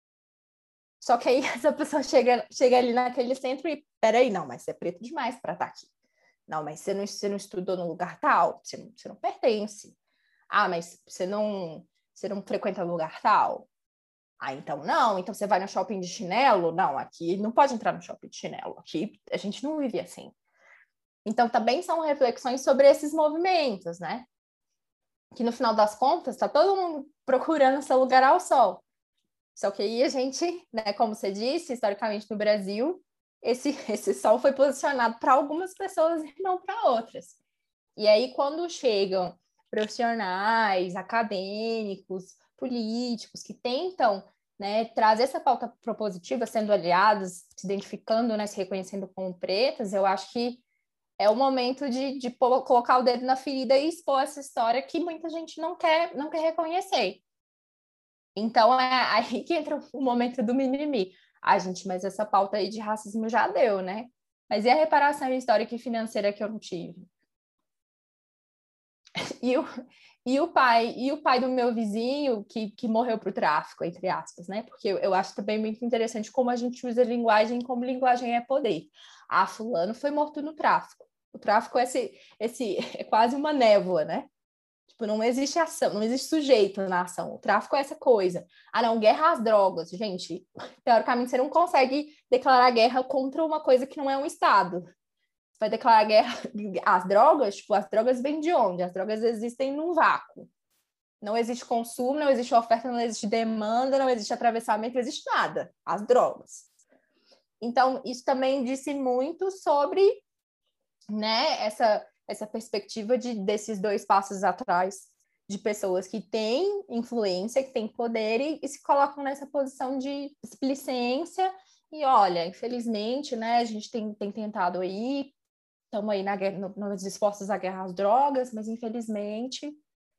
Só que aí essa pessoa chega, chega ali naquele centro e, peraí, não, mas você é preto demais para estar aqui. Não, mas você não, você não estudou no lugar tal, você não, você não pertence. Ah, mas você não, você não frequenta lugar tal. Ah, então não, então você vai no shopping de chinelo? Não, aqui não pode entrar no shopping de chinelo, aqui a gente não vive assim. Então também são reflexões sobre esses movimentos, né? Que no final das contas está todo mundo procurando seu lugar ao sol. Só que aí a gente, né, como você disse, historicamente no Brasil, esse, esse sol foi posicionado para algumas pessoas e não para outras. E aí, quando chegam profissionais, acadêmicos, políticos, que tentam, né, trazer essa pauta propositiva, sendo aliados, se identificando, né, se reconhecendo como pretas, eu acho que é o momento de, de colocar o dedo na ferida e expor essa história que muita gente não quer, não quer reconhecer. Então, é aí que entra o momento do mimimi. Ah, gente, mas essa pauta aí de racismo já deu, né? Mas e a reparação histórica e financeira que eu não tive? E o, e o pai e o pai do meu vizinho que, que morreu para o tráfico, entre aspas, né? Porque eu, eu acho também muito interessante como a gente usa a linguagem, como linguagem é poder. Ah, fulano foi morto no tráfico. O tráfico é, esse, esse, é quase uma névoa, né? Tipo, não existe ação, não existe sujeito na ação. O tráfico é essa coisa. Ah, não, guerra às drogas. Gente, teoricamente você não consegue declarar guerra contra uma coisa que não é um Estado. Você vai declarar guerra às drogas? Tipo, as drogas vêm de onde? As drogas existem num vácuo. Não existe consumo, não existe oferta, não existe demanda, não existe atravessamento, não existe nada. As drogas. Então, isso também disse muito sobre, né, essa... essa perspectiva de, desses dois passos atrás, de pessoas que têm influência, que têm poder e, e se colocam nessa posição de displicência. E olha, infelizmente, né, a gente tem, tem tentado aí, estamos aí na guerra, no, nos esforços à guerra às drogas, mas infelizmente.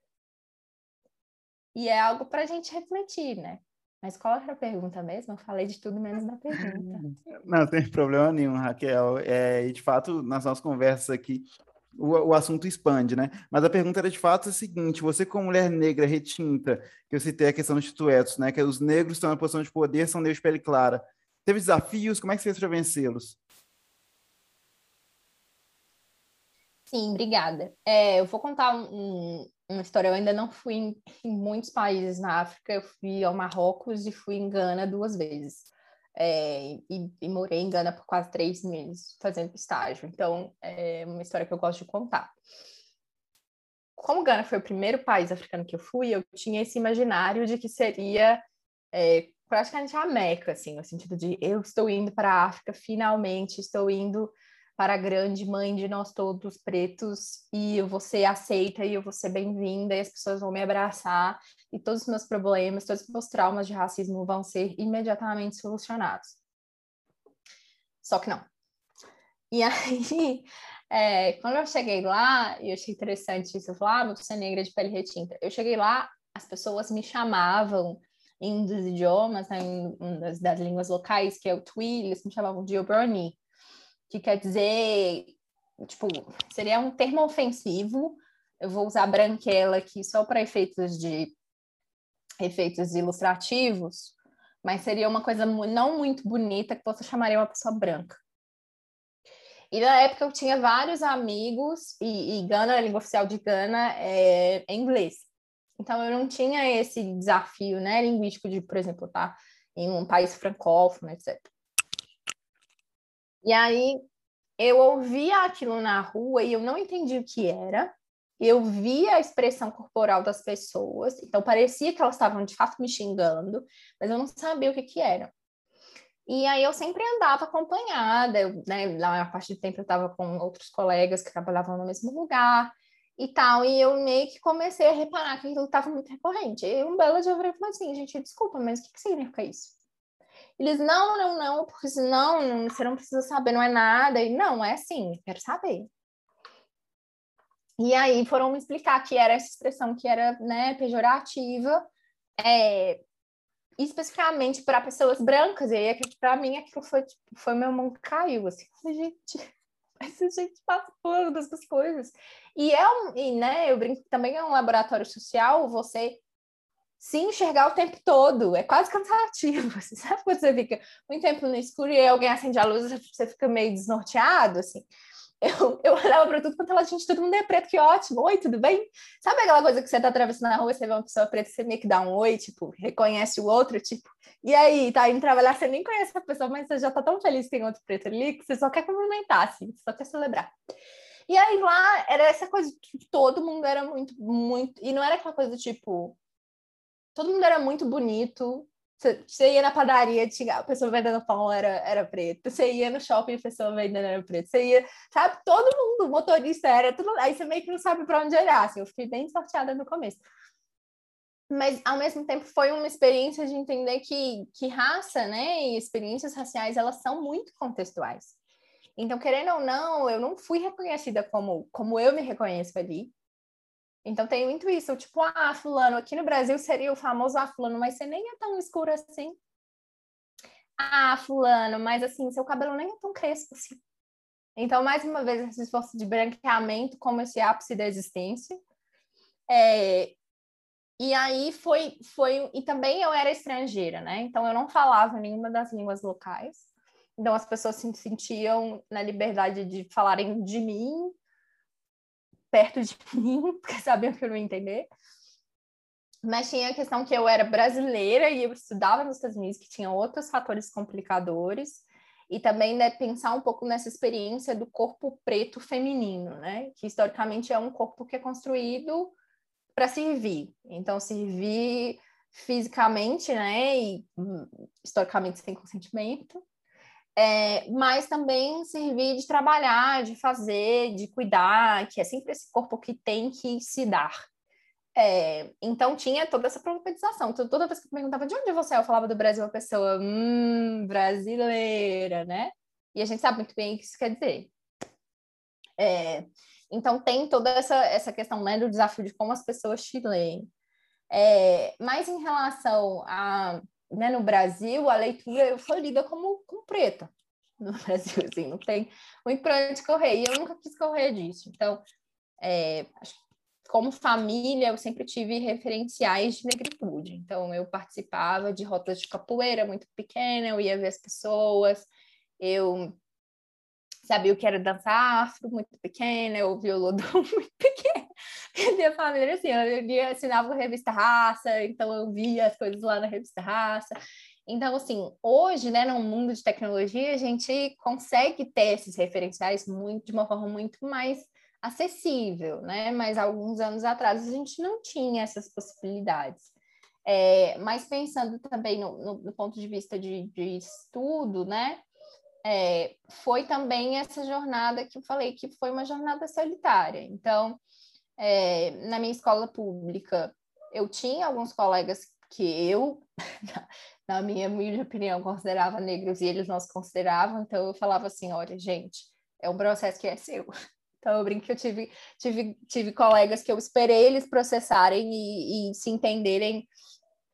E é algo para a gente refletir, né? Mas qual era a pergunta mesmo? Eu falei de tudo menos da pergunta.
Não tem problema nenhum, Raquel. É, e de fato, nas nossas conversas aqui, O, o assunto expande, né? Mas a pergunta era de fato a seguinte: você, como mulher negra retinta, que eu citei a questão dos tuetos, né? Que os negros estão na posição de poder, são negros de pele clara. Teve desafios? Como é que você fez para vencê-los?
Sim, obrigada. É, eu vou contar um, um, uma história. Eu ainda não fui em, em muitos países na África. Eu fui ao Marrocos e fui em Gana duas vezes. É, e, e morei em Gana por quase três meses fazendo estágio. Então, é uma história que eu gosto de contar. Como Gana foi o primeiro país africano que eu fui, eu tinha esse imaginário de que seria é, praticamente a Meca, assim, no sentido de eu estou indo para a África, finalmente estou indo para a grande mãe de nós todos pretos, e eu vou ser aceita, e eu vou ser bem-vinda, e as pessoas vão me abraçar, e todos os meus problemas, todos os meus traumas de racismo vão ser imediatamente solucionados. Só que não. E aí, é, quando eu cheguei lá, e eu achei interessante isso, eu falei, ah, você é negra de pele retinta. Eu cheguei lá, as pessoas me chamavam em um dos idiomas, né, em uma das, das línguas locais, que é o Twi, eles me chamavam de Obroni, que quer dizer, tipo, seria um termo ofensivo. Eu vou usar branquela aqui só para efeitos de efeitos ilustrativos, mas seria uma coisa não muito bonita que você chamaria uma pessoa branca. E na época eu tinha vários amigos, e, e Gana, a língua oficial de Gana é, é inglês. Então eu não tinha esse desafio, né, linguístico de, por exemplo, estar em um país francófono, etcétera. E aí eu ouvia aquilo na rua e eu não entendi o que era. Eu via a expressão corporal das pessoas, então parecia que elas estavam de fato me xingando, mas eu não sabia o que que era. E aí eu sempre andava acompanhada, eu, né, na maior parte do tempo eu estava com outros colegas que trabalhavam no mesmo lugar e tal, e eu meio que comecei a reparar que aquilo estava muito recorrente. E um belo dia eu falei assim, gente, desculpa, mas o que que significa isso? Eles, não, não, não, porque senão não, você não precisa saber, não é nada. E não, é assim, quero saber. E aí foram me explicar que era essa expressão que era, né, pejorativa, é, especificamente para pessoas brancas. E aí, para mim, aquilo foi, tipo, foi meu mundo caiu, assim, gente, essa gente passa por essas coisas. E é um, e, né, eu brinco que também é um laboratório social, você se enxergar o tempo todo, é quase cansativo, assim, sabe quando você fica muito tempo no escuro e alguém acende a luz, você fica meio desnorteado, assim. Eu, eu olhava para tudo quanto ela, gente, todo mundo é preto, que ótimo, oi, tudo bem? Sabe aquela coisa que você tá atravessando na rua, você vê uma pessoa preta, você meio que dá um oi, tipo, reconhece o outro, tipo, e aí, tá indo trabalhar, você nem conhece a pessoa, mas você já tá tão feliz que tem outro preto ali, que você só quer cumprimentar, assim, só quer celebrar. E aí lá, era essa coisa, todo mundo era muito, muito, e não era aquela coisa, tipo, todo mundo era muito bonito. Você ia na padaria, tinha a pessoa vendendo pão era, era preta. Você ia no shopping, a pessoa vendendo era preta. Você ia, sabe, todo mundo, o motorista era tudo. Aí você meio que não sabe para onde olhar. Assim, eu fiquei bem sorteada no começo. Mas, ao mesmo tempo, foi uma experiência de entender que, que raça, né, e experiências raciais, elas são muito contextuais. Então, querendo ou não, eu não fui reconhecida como, como eu me reconheço ali. Então tem muito isso, tipo, ah, fulano, aqui no Brasil seria o famoso ah, fulano, mas você nem é tão escuro assim. Ah, fulano, mas assim, seu cabelo nem é tão crespo assim. Então, mais uma vez, esse esforço de branqueamento como esse ápice da existência. É... E aí foi, foi... E também eu era estrangeira, né? Então eu não falava nenhuma das línguas locais. Então as pessoas se sentiam na liberdade de falarem de mim, perto de mim, porque sabiam que eu não ia entender. Mas tinha a questão que eu era brasileira e eu estudava nos Estados Unidos, que tinha outros fatores complicadores, e também, né, pensar um pouco nessa experiência do corpo preto feminino, né? Que historicamente é um corpo que é construído para servir. Então, servir fisicamente, né? E historicamente sem consentimento. É, mas também servir de trabalhar, de fazer, de cuidar, que é sempre esse corpo que tem que se dar. É, então tinha toda essa problematização. Então, toda vez que eu perguntava de onde você é, eu falava do Brasil, a pessoa, hum, brasileira, né? E a gente sabe muito bem o que isso quer dizer. É, então tem toda essa, essa questão, né, do desafio de como as pessoas te leem. É, mas em relação a, né, no Brasil, a leitura foi lida como, como preta. No Brasil, assim, não tem muito para onde correr. E eu nunca quis correr disso. Então, é, acho que como família, eu sempre tive referenciais de negritude. Então, eu participava de rotas de capoeira muito pequena, eu ia ver as pessoas, eu sabia o que era dançar afro muito pequena, eu ouvia o Lodum muito pequena. E a minha família, assim, eu lia, assinava a revista Raça, então eu via as coisas lá na revista Raça. Então, assim, hoje, né, no mundo de tecnologia, a gente consegue ter esses referenciais muito, de uma forma muito mais acessível, né? Mas alguns anos atrás a gente não tinha essas possibilidades. É, mas pensando também no, no, no ponto de vista de, de estudo, né? É, foi também essa jornada que eu falei que foi uma jornada solitária. Então, é, na minha escola pública, eu tinha alguns colegas que eu, na minha humilde opinião, considerava negros e eles não se consideravam. Então, eu falava assim, olha, gente, é um processo que é seu. Então, eu brinco que eu tive, tive, tive colegas que eu esperei eles processarem e, e se entenderem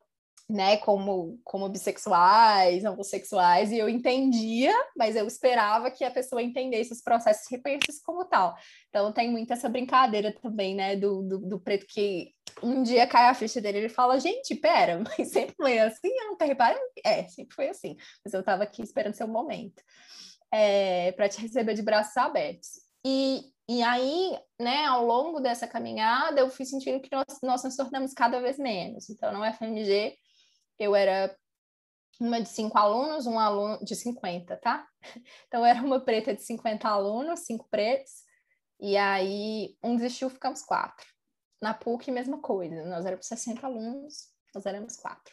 né, como, como bissexuais, homossexuais, e eu entendia, mas eu esperava que a pessoa entendesse os processos e reconhecesse como tal. Então tem muito essa brincadeira também, né, do, do, do preto que um dia cai a ficha dele e ele fala, gente, pera, mas sempre foi assim? Eu nunca reparei? É, sempre foi assim, mas eu estava aqui esperando seu momento, é, para te receber de braços abertos. E, e aí, né, ao longo dessa caminhada, eu fui sentindo que nós, nós nos tornamos cada vez menos. Então, no F M G, eu era uma de cinco alunos, um aluno de cinquenta, tá? Então, eu era uma preta de cinquenta alunos, cinco pretos, e aí um desistiu, ficamos quatro. Na P U C, mesma coisa, nós éramos sessenta alunos, nós éramos quatro.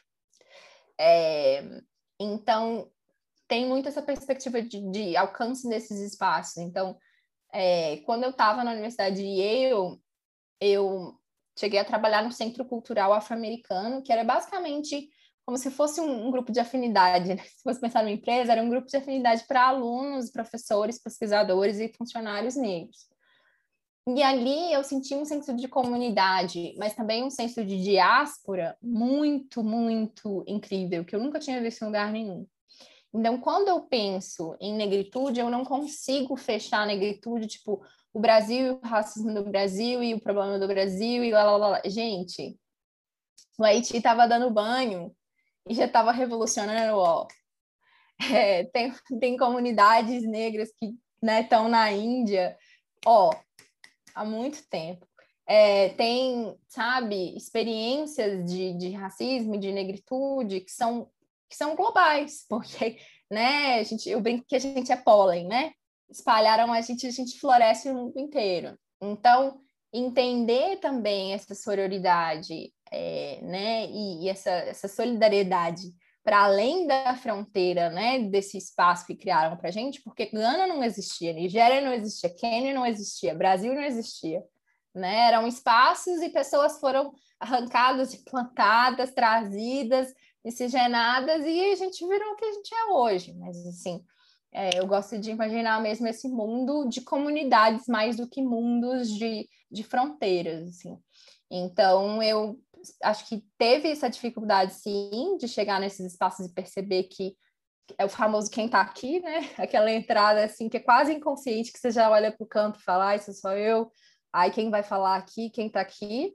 É, então, tem muito essa perspectiva de, de alcance desses espaços. Então, é, quando eu estava na Universidade de Yale, eu cheguei a trabalhar no Centro Cultural Afro-Americano, que era basicamente como se fosse um, um grupo de afinidade, né? Se você pensar numa empresa, era um grupo de afinidade para alunos, professores, pesquisadores e funcionários negros. E ali eu senti um senso de comunidade, mas também um senso de diáspora muito, muito incrível, que eu nunca tinha visto em lugar nenhum. Então, quando eu penso em negritude, eu não consigo fechar a negritude, tipo, o Brasil e o racismo do Brasil e o problema do Brasil e lá, lá, lá. Gente, o Haiti estava dando banho e já estava revolucionando, ó. É, tem, tem comunidades negras que, né, estão na Índia, ó, há muito tempo. É, tem, sabe, experiências de, de racismo e de negritude que são, que são globais, porque, né, a gente, eu brinco que a gente é pólen, né? Espalharam a gente, a gente floresce no mundo inteiro. Então, entender também essa sororidade, é, né, e, e essa, essa solidariedade para além da fronteira, né, desse espaço que criaram para a gente, porque Gana não existia, Nigéria não existia, Quênia não existia, Brasil não existia, né? Eram espaços e pessoas foram arrancadas e plantadas, trazidas, miscigenadas, e a gente virou o que a gente é hoje. Mas, assim, é, eu gosto de imaginar mesmo esse mundo de comunidades mais do que mundos de, de fronteiras, assim. Então, eu acho que teve essa dificuldade, sim, de chegar nesses espaços e perceber que é o famoso quem tá aqui, né? Aquela entrada, assim, que é quase inconsciente, que você já olha para o canto e fala, ah, isso sou eu, ai, quem vai falar aqui, quem tá aqui?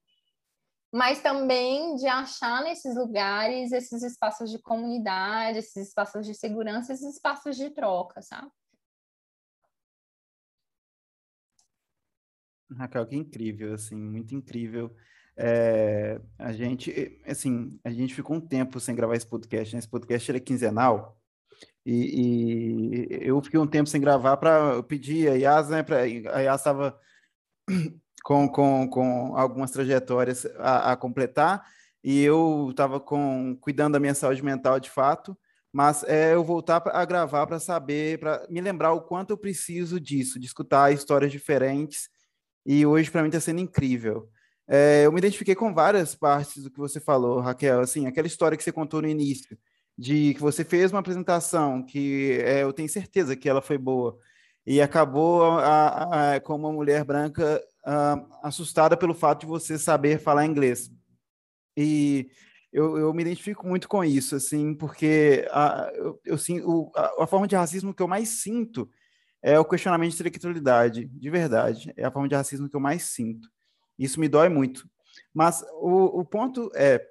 Mas também de achar nesses lugares esses espaços de comunidade, esses espaços de segurança, esses espaços de troca, sabe?
Raquel, que incrível, assim, muito incrível. É, a gente, assim, a gente ficou um tempo sem gravar esse podcast, né? Esse podcast era quinzenal, e, e eu fiquei um tempo sem gravar para eu pedir a Yas, né? Pra, a Yas estava com, com, com algumas trajetórias a, a completar, e eu estava cuidando da minha saúde mental de fato, mas é eu voltar a gravar para saber, para me lembrar o quanto eu preciso disso, de escutar histórias diferentes, e hoje para mim está sendo incrível. É, eu me identifiquei com várias partes do que você falou, Raquel, assim, aquela história que você contou no início, de que você fez uma apresentação que é, eu tenho certeza que ela foi boa, e acabou a, a, com uma mulher branca uh, assustada pelo fato de você saber falar inglês. E eu, eu me identifico muito com isso, assim, porque a, eu, eu, o, a, a forma de racismo que eu mais sinto é o questionamento de intelectualidade, de verdade. É a forma de racismo que eu mais sinto. Isso me dói muito. Mas o, o ponto é,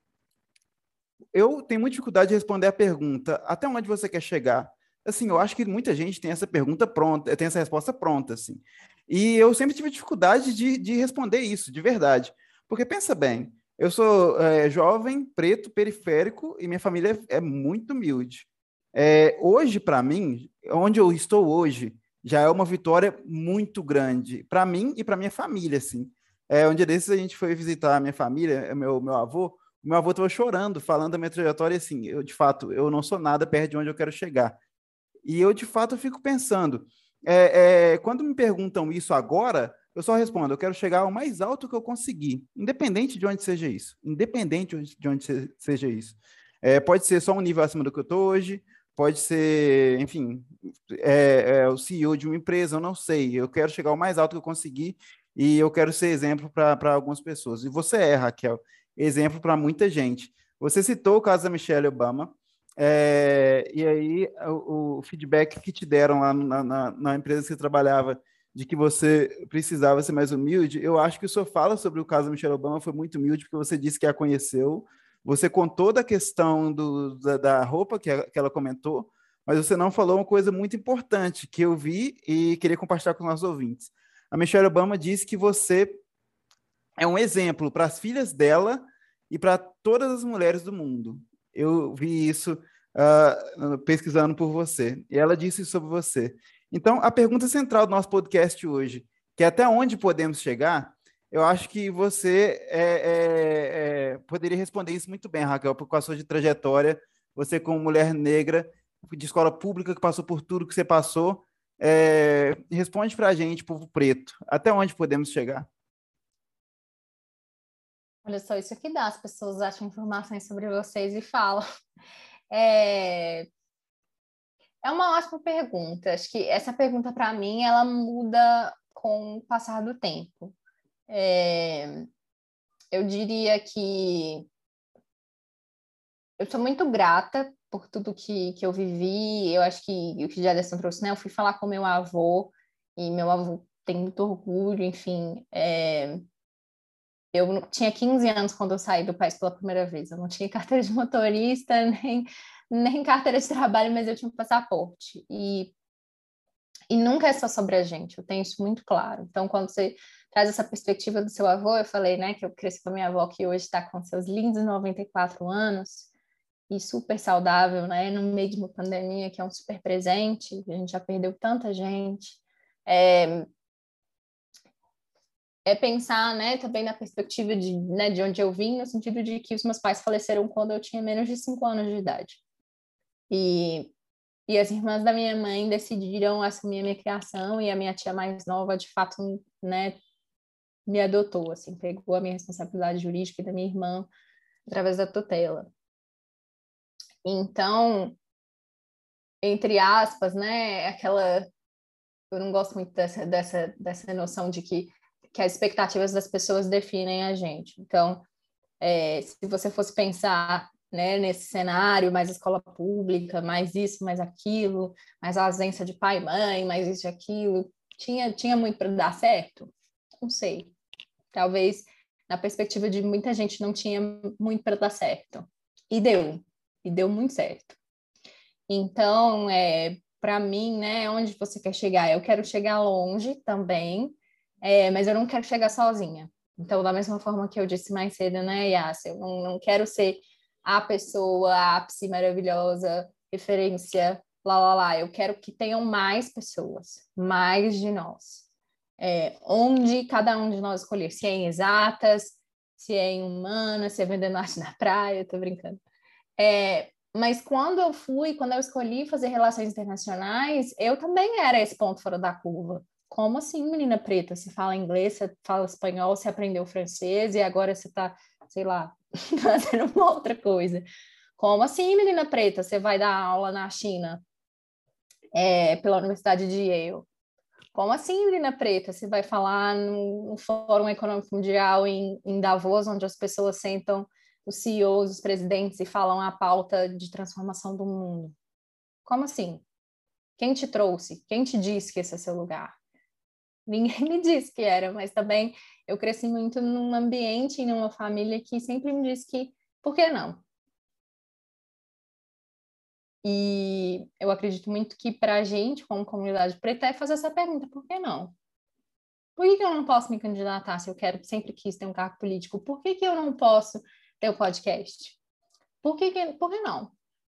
eu tenho muita dificuldade de responder a pergunta, até onde você quer chegar? Assim, eu acho que muita gente tem essa pergunta pronta, tem essa resposta pronta, assim. E eu sempre tive dificuldade de, de responder isso, de verdade. Porque pensa bem, eu sou é, jovem, preto, periférico, e minha família é muito humilde. É, hoje, para mim, onde eu estou hoje, já é uma vitória muito grande, para mim e para minha família, assim. É, um dia desses a gente foi visitar a minha família, meu, meu avô, meu avô estava chorando, falando da minha trajetória, assim, eu, de fato, eu não sou nada perto de onde eu quero chegar. E eu, de fato, fico pensando, é, é, quando me perguntam isso agora, eu só respondo, eu quero chegar ao mais alto que eu conseguir, independente de onde seja isso, independente de onde seja isso. É, pode ser só um nível acima do que eu estou hoje, pode ser, enfim, é, é, o C E O de uma empresa, eu não sei, eu quero chegar ao mais alto que eu conseguir e eu quero ser exemplo para algumas pessoas. E você é, Raquel, exemplo para muita gente. Você citou o caso da Michelle Obama, é, e aí o, o feedback que te deram lá na, na, na empresa que você trabalhava, de que você precisava ser mais humilde, eu acho que o senhor fala sobre o caso da Michelle Obama foi muito humilde, porque você disse que a conheceu, você contou da questão do, da, da roupa que, a, que ela comentou, mas você não falou uma coisa muito importante que eu vi e queria compartilhar com os nossos ouvintes. A Michelle Obama disse que você é um exemplo para as filhas dela e para todas as mulheres do mundo. Eu vi isso uh, pesquisando por você, e ela disse isso sobre você. Então, a pergunta central do nosso podcast hoje, que é até onde podemos chegar, eu acho que você é, é, é, poderia responder isso muito bem, Raquel, por causa de trajetória, você como mulher negra, de escola pública, que passou por tudo que você passou, é, responde para a gente, povo preto, até onde podemos chegar?
Olha só, isso aqui dá, as pessoas acham informações sobre vocês e falam. É, é uma ótima pergunta. Acho que essa pergunta, para mim, ela muda com o passar do tempo. É, eu diria que eu sou muito grata por tudo que, que eu vivi. Eu acho que o que a Jaderson trouxe, né? Eu fui falar com meu avô, e meu avô tem muito orgulho, enfim. É, eu tinha quinze anos quando eu saí do país pela primeira vez. Eu não tinha carteira de motorista, nem, nem carteira de trabalho, mas eu tinha um passaporte. E, e nunca é só sobre a gente, eu tenho isso muito claro. Então, quando você traz essa perspectiva do seu avô, eu falei, né, que eu cresci com a minha avó, que hoje está com seus lindos noventa e quatro anos, e super saudável, né, no meio de uma pandemia, que é um super presente, a gente já perdeu tanta gente. É, é pensar, né, também na perspectiva de, né, de onde eu vim, no sentido de que os meus pais faleceram quando eu tinha menos de cinco anos de idade. E, e as irmãs da minha mãe decidiram assumir a minha criação, e a minha tia mais nova, de fato, né, me adotou, assim, pegou a minha responsabilidade jurídica e da minha irmã através da tutela. Então, entre aspas, né, aquela... Eu não gosto muito dessa, dessa, dessa noção de que que as expectativas das pessoas definem a gente. Então, é, se você fosse pensar, né, nesse cenário, mais escola pública, mais isso, mais aquilo, mais ausência de pai e mãe, mais isso e aquilo, tinha, tinha muito para dar certo? Não sei. Talvez, na perspectiva de muita gente, não tinha muito para dar certo. E deu. E deu muito certo. Então, é, para mim, né, onde você quer chegar? Eu quero chegar longe também, é, mas eu não quero chegar sozinha. Então, da mesma forma que eu disse mais cedo, né, Yas, eu não, não quero ser a pessoa, a ápice maravilhosa, referência, lá, lá, lá. Eu quero que tenham mais pessoas, mais de nós. É, onde cada um de nós escolher, se é em exatas, se é em humanas, se é vendendo arte na praia, eu tô brincando. É, mas quando eu fui, quando eu escolhi fazer relações internacionais, eu também era esse ponto fora da curva. Como assim, menina preta? Você fala inglês, você fala espanhol, você aprendeu francês e agora você está, sei lá, fazendo uma outra coisa. Como assim, menina preta? Você vai dar aula na China, é, pela Universidade de Yale? Como assim, menina preta? Você vai falar no, no Fórum Econômico Mundial em, em Davos, onde as pessoas sentam os C E Os, os presidentes, e falam a pauta de transformação do mundo? Como assim? Quem te trouxe? Quem te disse que esse é seu lugar? Ninguém me disse que era, mas também eu cresci muito num ambiente, em uma família que sempre me disse que, por que não? E eu acredito muito que para a gente, como comunidade preta, é fazer essa pergunta, por que não? Por que que eu não posso me candidatar se eu quero, sempre quis ter um cargo político? Por que que eu não posso ter o um podcast? Por que que, por que não?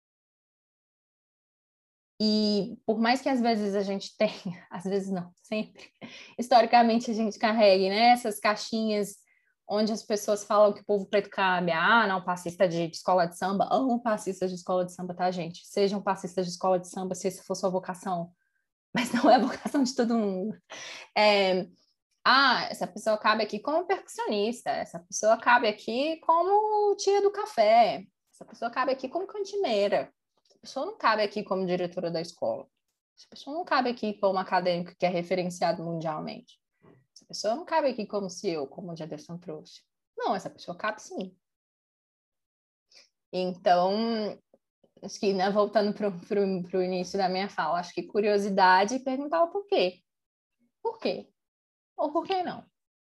E por mais que às vezes a gente tenha, às vezes não, sempre, historicamente a gente carregue, né, essas caixinhas onde as pessoas falam que o povo preto cabe. Ah, não, passista de, de escola de samba. Amo passistas de escola de samba, tá, gente? Sejam passistas de escola de samba se essa for sua vocação. Mas não é a vocação de todo mundo. É, ah, essa pessoa cabe aqui como percussionista, essa pessoa cabe aqui como tia do café, essa pessoa cabe aqui como cantineira, essa pessoa não cabe aqui como diretora da escola, essa pessoa não cabe aqui como acadêmico que é referenciado mundialmente, essa pessoa não cabe aqui como C E O, como o Jaderson trouxe. Não, essa pessoa cabe sim. Então, acho que, né, voltando para o início da minha fala, acho que curiosidade e perguntar o porquê. Por quê? Ou por que não?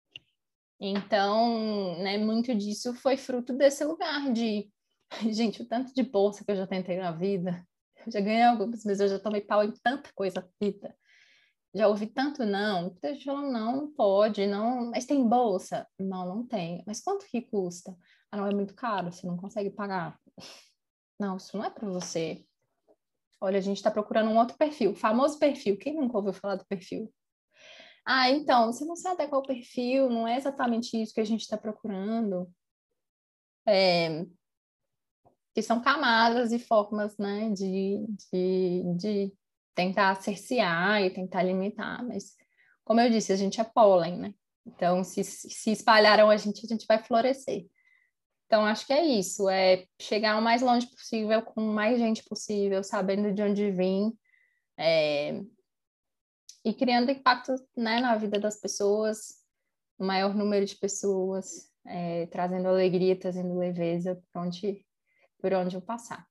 Então, né, muito disso foi fruto desse lugar de... Gente, o tanto de bolsa que eu já tentei na vida, eu já ganhei algumas, mas eu já tomei pau em tanta coisa na vida. Já ouvi tanto não, muita falando, não, não pode, não, mas tem bolsa? Não, não tem. Mas quanto que custa? Ah, não, é muito caro, você não consegue pagar. Não, isso não é para você. Olha, a gente está procurando um outro perfil, famoso perfil. Quem nunca ouviu falar do perfil? Ah, então, você não sabe qual perfil, não é exatamente isso que a gente está procurando. É, que são camadas e formas, né, de, de, de tentar cercear e tentar limitar, mas, como eu disse, a gente é pólen, né? Então, se, se espalharam a gente, a gente vai florescer. Então, acho que é isso, é chegar o mais longe possível, com mais gente possível, sabendo de onde vim, é, e criando impacto, né, na vida das pessoas, o maior número de pessoas, é, trazendo alegria, trazendo leveza por onde, por onde eu passar.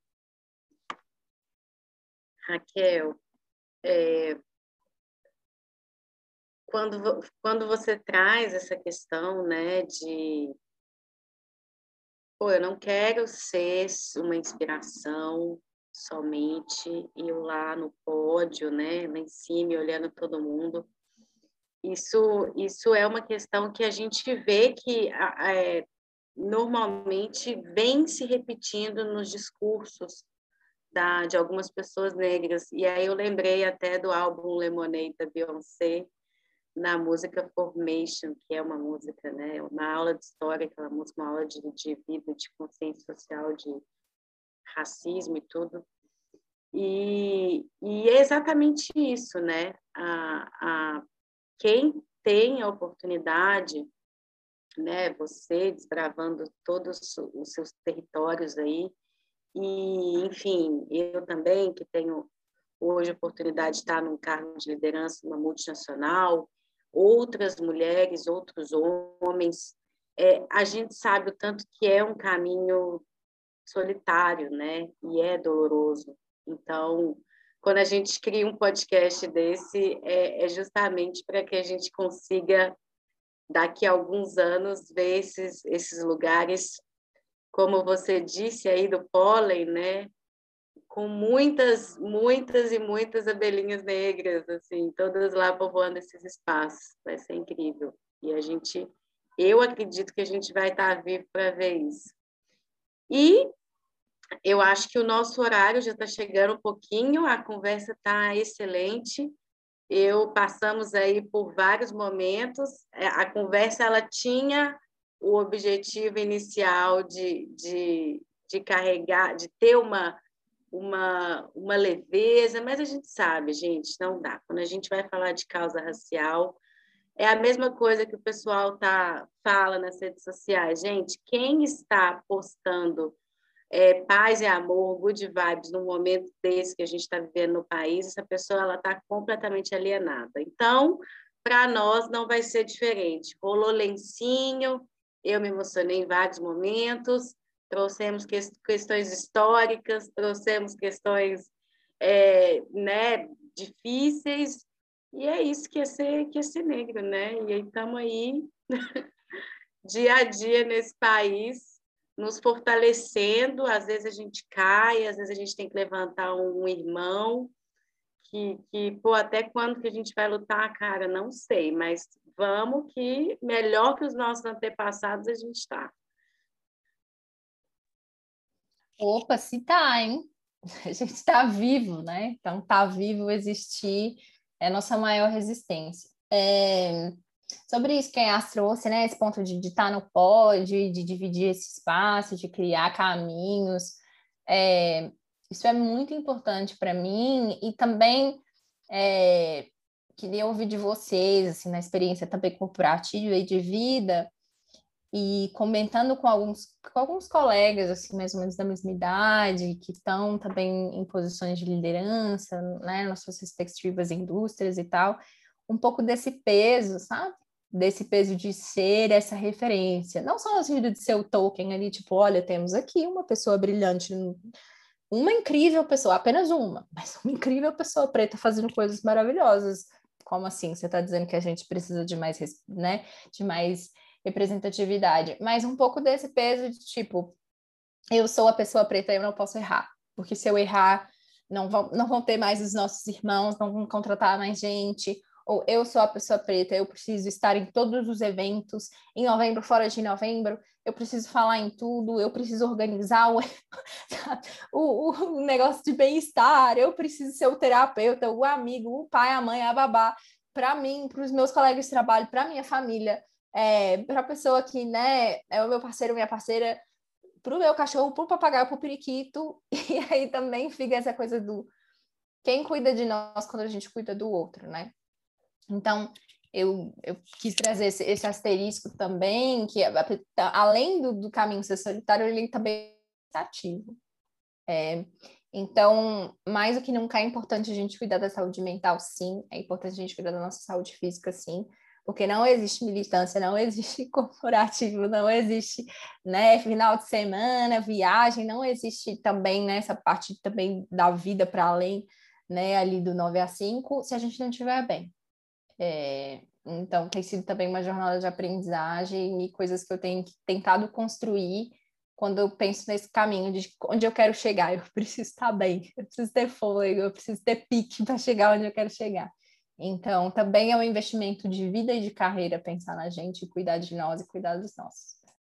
Raquel, é, quando, quando você traz essa questão, né, de, pô, eu não quero ser uma inspiração somente, e eu lá no pódio, né, lá em cima, olhando todo mundo, isso, isso é uma questão que a gente vê que é, normalmente vem se repetindo nos discursos da, de algumas pessoas negras. E aí eu lembrei até do álbum Lemonade da Beyoncé, na música Formation, que é uma música, né, uma aula de história, aquela música, uma aula de, de vida, de consciência social, de racismo e tudo. E, e é exatamente isso, né? A, a, quem tem a oportunidade, né, você desbravando todos os seus territórios aí, e, enfim, eu também, que tenho hoje a oportunidade de estar num cargo de liderança numa multinacional, outras mulheres, outros homens, é, a gente sabe o tanto que é um caminho solitário, né? E é doloroso. Então, quando a gente cria um podcast desse, é, é justamente para que a gente consiga, daqui a alguns anos, ver esses, esses lugares, como você disse aí do pólen, né? Com muitas, muitas e muitas abelhinhas negras, assim, todas lá povoando esses espaços. Vai ser incrível. E a gente, eu acredito que a gente vai estar vivo para ver isso. E eu acho que o nosso horário já está chegando um pouquinho, a conversa está excelente. Eu passamos aí por vários momentos. A conversa ela tinha o objetivo inicial de, de, de carregar, de ter uma, uma, uma leveza, mas a gente sabe, gente, não dá. Quando a gente vai falar de causa racial, é a mesma coisa que o pessoal tá, fala nas redes sociais. Gente, quem está postando é, paz e amor, good vibes, num momento desse que a gente está vivendo no país, essa pessoa ela está completamente alienada. Então, para nós não vai ser diferente. Rolou lencinho, eu me emocionei em vários momentos, trouxemos que, questões históricas, trouxemos questões é, né, difíceis, e é isso que é ser, que é ser negro, né? E aí estamos aí, dia a dia nesse país, nos fortalecendo, às vezes a gente cai, às vezes a gente tem que levantar um irmão, que, que pô, até quando que a gente vai lutar, cara, não sei, mas vamos que melhor que os nossos antepassados a gente está.
Opa, se tá, hein? A gente está vivo, né? Então, tá vivo, existir é a nossa maior resistência. É... Sobre isso que a Yas trouxe, né? Esse ponto de estar no pódio, de dividir esse espaço, de criar caminhos. É... Isso é muito importante para mim e também é... queria ouvir de vocês, assim, na experiência também corporativa e de vida, e comentando com alguns, com alguns colegas, assim, mais ou menos da mesma idade, que estão também em posições de liderança, né, nas suas respectivas indústrias e tal, um pouco desse peso, sabe? desse peso de ser essa referência. Não só no sentido de ser o token ali, tipo, olha, temos aqui uma pessoa brilhante, uma incrível pessoa, apenas uma, mas uma incrível pessoa preta fazendo coisas maravilhosas. Como assim? Você está dizendo que a gente precisa de mais, né, de mais representatividade. Mas um pouco desse peso de, tipo, eu sou a pessoa preta, eu não posso errar. Porque se eu errar, não vão, não vão ter mais os nossos irmãos, não vão contratar mais gente. Ou eu sou a pessoa preta, eu preciso estar em todos os eventos, em novembro, fora de novembro, eu preciso falar em tudo, eu preciso organizar o, o, o negócio de bem-estar, eu preciso ser o terapeuta, o amigo, o pai, a mãe, a babá, para mim, para os meus colegas de trabalho, para minha família, é, para a pessoa que, né, é o meu parceiro, minha parceira, para o meu cachorro, para o papagaio, para o periquito, e aí também fica essa coisa do quem cuida de nós quando a gente cuida do outro, né? Então, eu, eu quis trazer esse, esse asterisco também, que além do, do caminho ser solitário, ele também é ativo. É, então, mais do que nunca é importante a gente cuidar da saúde mental, sim, é importante a gente cuidar da nossa saúde física, sim, porque não existe militância, não existe corporativo, não existe, né, final de semana, viagem, não existe também, né, essa parte também da vida para além, né, ali do nove a cinco, se a gente não estiver bem. É, então, tem sido também uma jornada de aprendizagem e coisas que eu tenho tentado construir quando eu penso nesse caminho de onde eu quero chegar. Eu preciso estar bem, eu preciso ter fôlego, eu preciso ter pique para chegar onde eu quero chegar. Então, também é um investimento de vida e de carreira pensar na gente, cuidar de nós e cuidar dos nossos.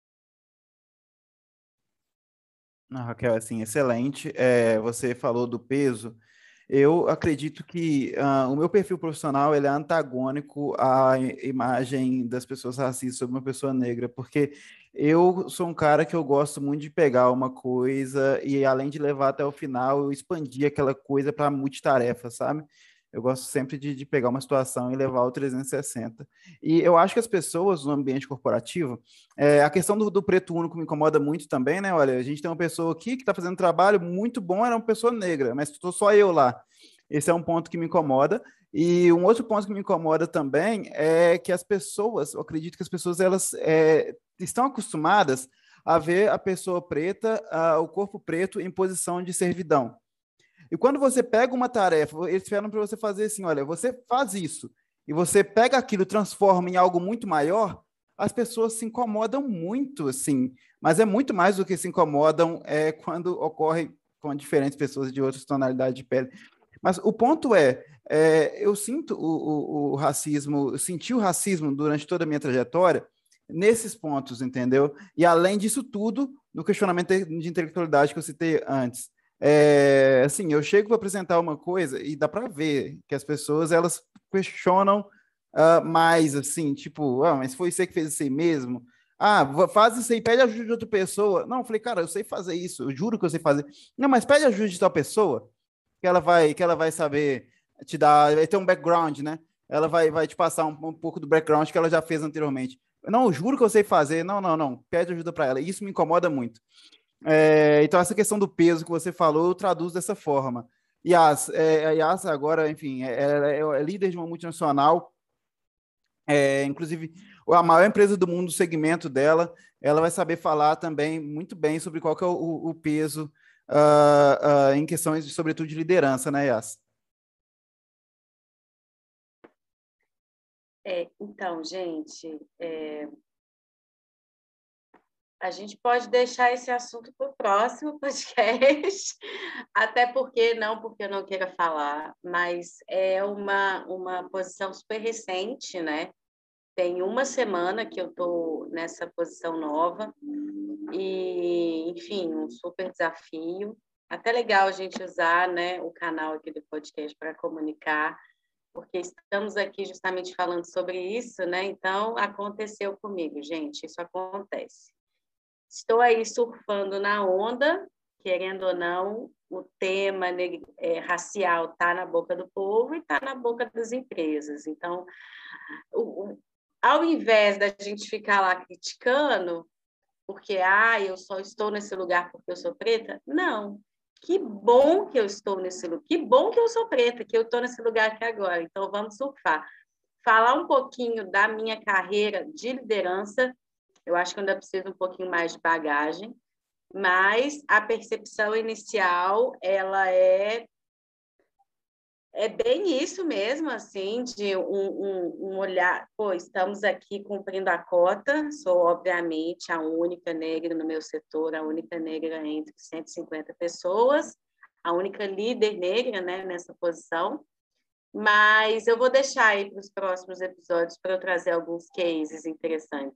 Não, Raquel, assim, excelente. É, você falou do peso. Eu acredito que uh, o meu perfil profissional ele é antagônico à imagem das pessoas racistas sobre uma pessoa negra, porque eu sou um cara que eu gosto muito de pegar uma coisa e, além de levar até o final, eu expandir aquela coisa para multitarefa, sabe? Eu gosto sempre de, de pegar uma situação e levar o trezentos e sessenta. E eu acho que as pessoas no ambiente corporativo, é, a questão do, do preto único me incomoda muito também, né? Olha, a gente tem uma pessoa aqui que está fazendo um trabalho muito bom, era uma pessoa negra, mas estou só eu lá. Esse é um ponto que me incomoda. E um outro ponto que me incomoda também é que as pessoas, eu acredito que as pessoas elas é, estão acostumadas a ver a pessoa preta, a, o corpo preto em posição de servidão. E quando você pega uma tarefa, eles falam para você fazer assim, olha, você faz isso, e você pega aquilo, transforma em algo muito maior, as pessoas se incomodam muito, assim, mas é muito mais do que se incomodam é, quando ocorre com diferentes pessoas de outras tonalidades de pele. Mas o ponto é, é eu sinto o, o, o racismo, eu senti o racismo durante toda a minha trajetória nesses pontos, entendeu? E além disso tudo, no questionamento de intelectualidade que eu citei antes. É, assim, eu chego para apresentar uma coisa e dá para ver que as pessoas elas questionam uh, mais, assim, tipo, ah, mas foi você que fez isso aí mesmo? Ah, faz isso aí, pede ajuda de outra pessoa. Não, eu falei, cara, eu sei fazer isso, eu juro que eu sei fazer. Não, mas pede ajuda de tal pessoa que ela vai, que ela vai saber te dar, vai ter um background, né? Ela vai, vai te passar um, um pouco do background que ela já fez anteriormente. Não, eu juro que eu sei fazer. Não, não, não. Pede ajuda para ela. Isso me incomoda muito. É, então, essa questão do peso que você falou, eu traduzo dessa forma. Yas, é, a Yas agora, enfim, é, é, é líder de uma multinacional, é, inclusive a maior empresa do mundo, o segmento dela, ela vai saber falar também muito bem sobre qual que é o, o peso uh, uh, em questões, sobretudo, de liderança, né, Yas?
É, então, gente, é... a gente pode deixar esse assunto para o próximo podcast, até porque, não porque eu não queira falar, mas é uma, uma posição super recente, né? Tem uma semana que eu estou nessa posição nova e, enfim, um super desafio. Até legal a gente usar, né, o canal aqui do podcast para comunicar, porque estamos aqui justamente falando sobre isso, né? Então, aconteceu comigo, gente, isso acontece. Estou aí surfando na onda, querendo ou não, o tema é, racial está na boca do povo e está na boca das empresas. Então, o, o, ao invés da gente ficar lá criticando, porque ah, eu só estou nesse lugar porque eu sou preta, não. Que bom que eu estou nesse lugar, que bom que eu sou preta, que eu estou nesse lugar aqui agora. Então, vamos surfar. falar um pouquinho da minha carreira de liderança. Eu acho que ainda preciso um pouquinho mais de bagagem, mas a percepção inicial, ela é é bem isso mesmo, assim, de um, um, um olhar, pô, estamos aqui cumprindo a cota, sou, obviamente, a única negra no meu setor, a única negra entre cento e cinquenta pessoas, a única líder negra, né, nessa posição, mas eu vou deixar aí para os próximos episódios para eu trazer alguns cases interessantes.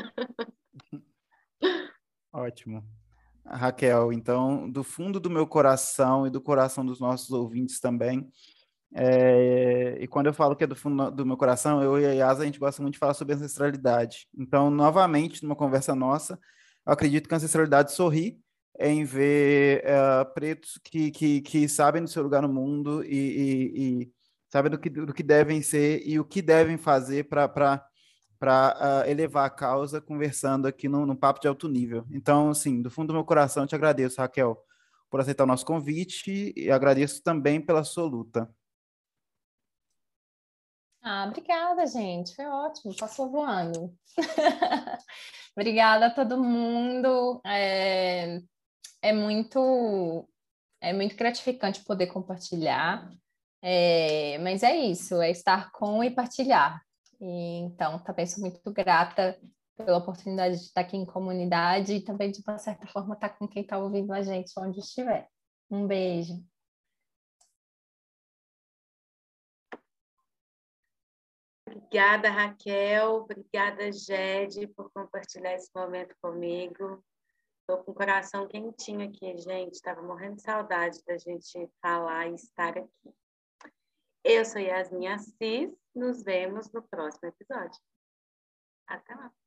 Ótimo. Raquel, então, do fundo do meu coração e do coração dos nossos ouvintes também, é, e quando eu falo que é do fundo do meu coração, eu e a Yasa, a gente gosta muito de falar sobre ancestralidade. Então, novamente, numa conversa nossa, eu acredito que a ancestralidade sorri em ver uh, pretos que, que, que sabem do seu lugar no mundo e, e, e sabem do que, do que devem ser e o que devem fazer para para uh, elevar a causa, conversando aqui num, num papo de alto nível. Então, assim, do fundo do meu coração, eu te agradeço, Raquel, por aceitar o nosso convite e agradeço também pela sua luta.
Ah, obrigada, gente. Foi ótimo, passou voando. Obrigada a todo mundo. É, é muito, é muito gratificante poder compartilhar. É, mas é isso, é estar com e partilhar. E, então, também sou muito grata pela oportunidade de estar aqui em comunidade e também, de uma certa forma, estar com quem está ouvindo a gente onde estiver. Um beijo.
Obrigada, Raquel. Obrigada, Jede, por compartilhar esse momento comigo. Estou com o coração quentinho aqui, gente. Estava morrendo de saudade da gente falar e estar aqui. Eu sou Yasmin Assis. Nos vemos no próximo episódio. Até lá.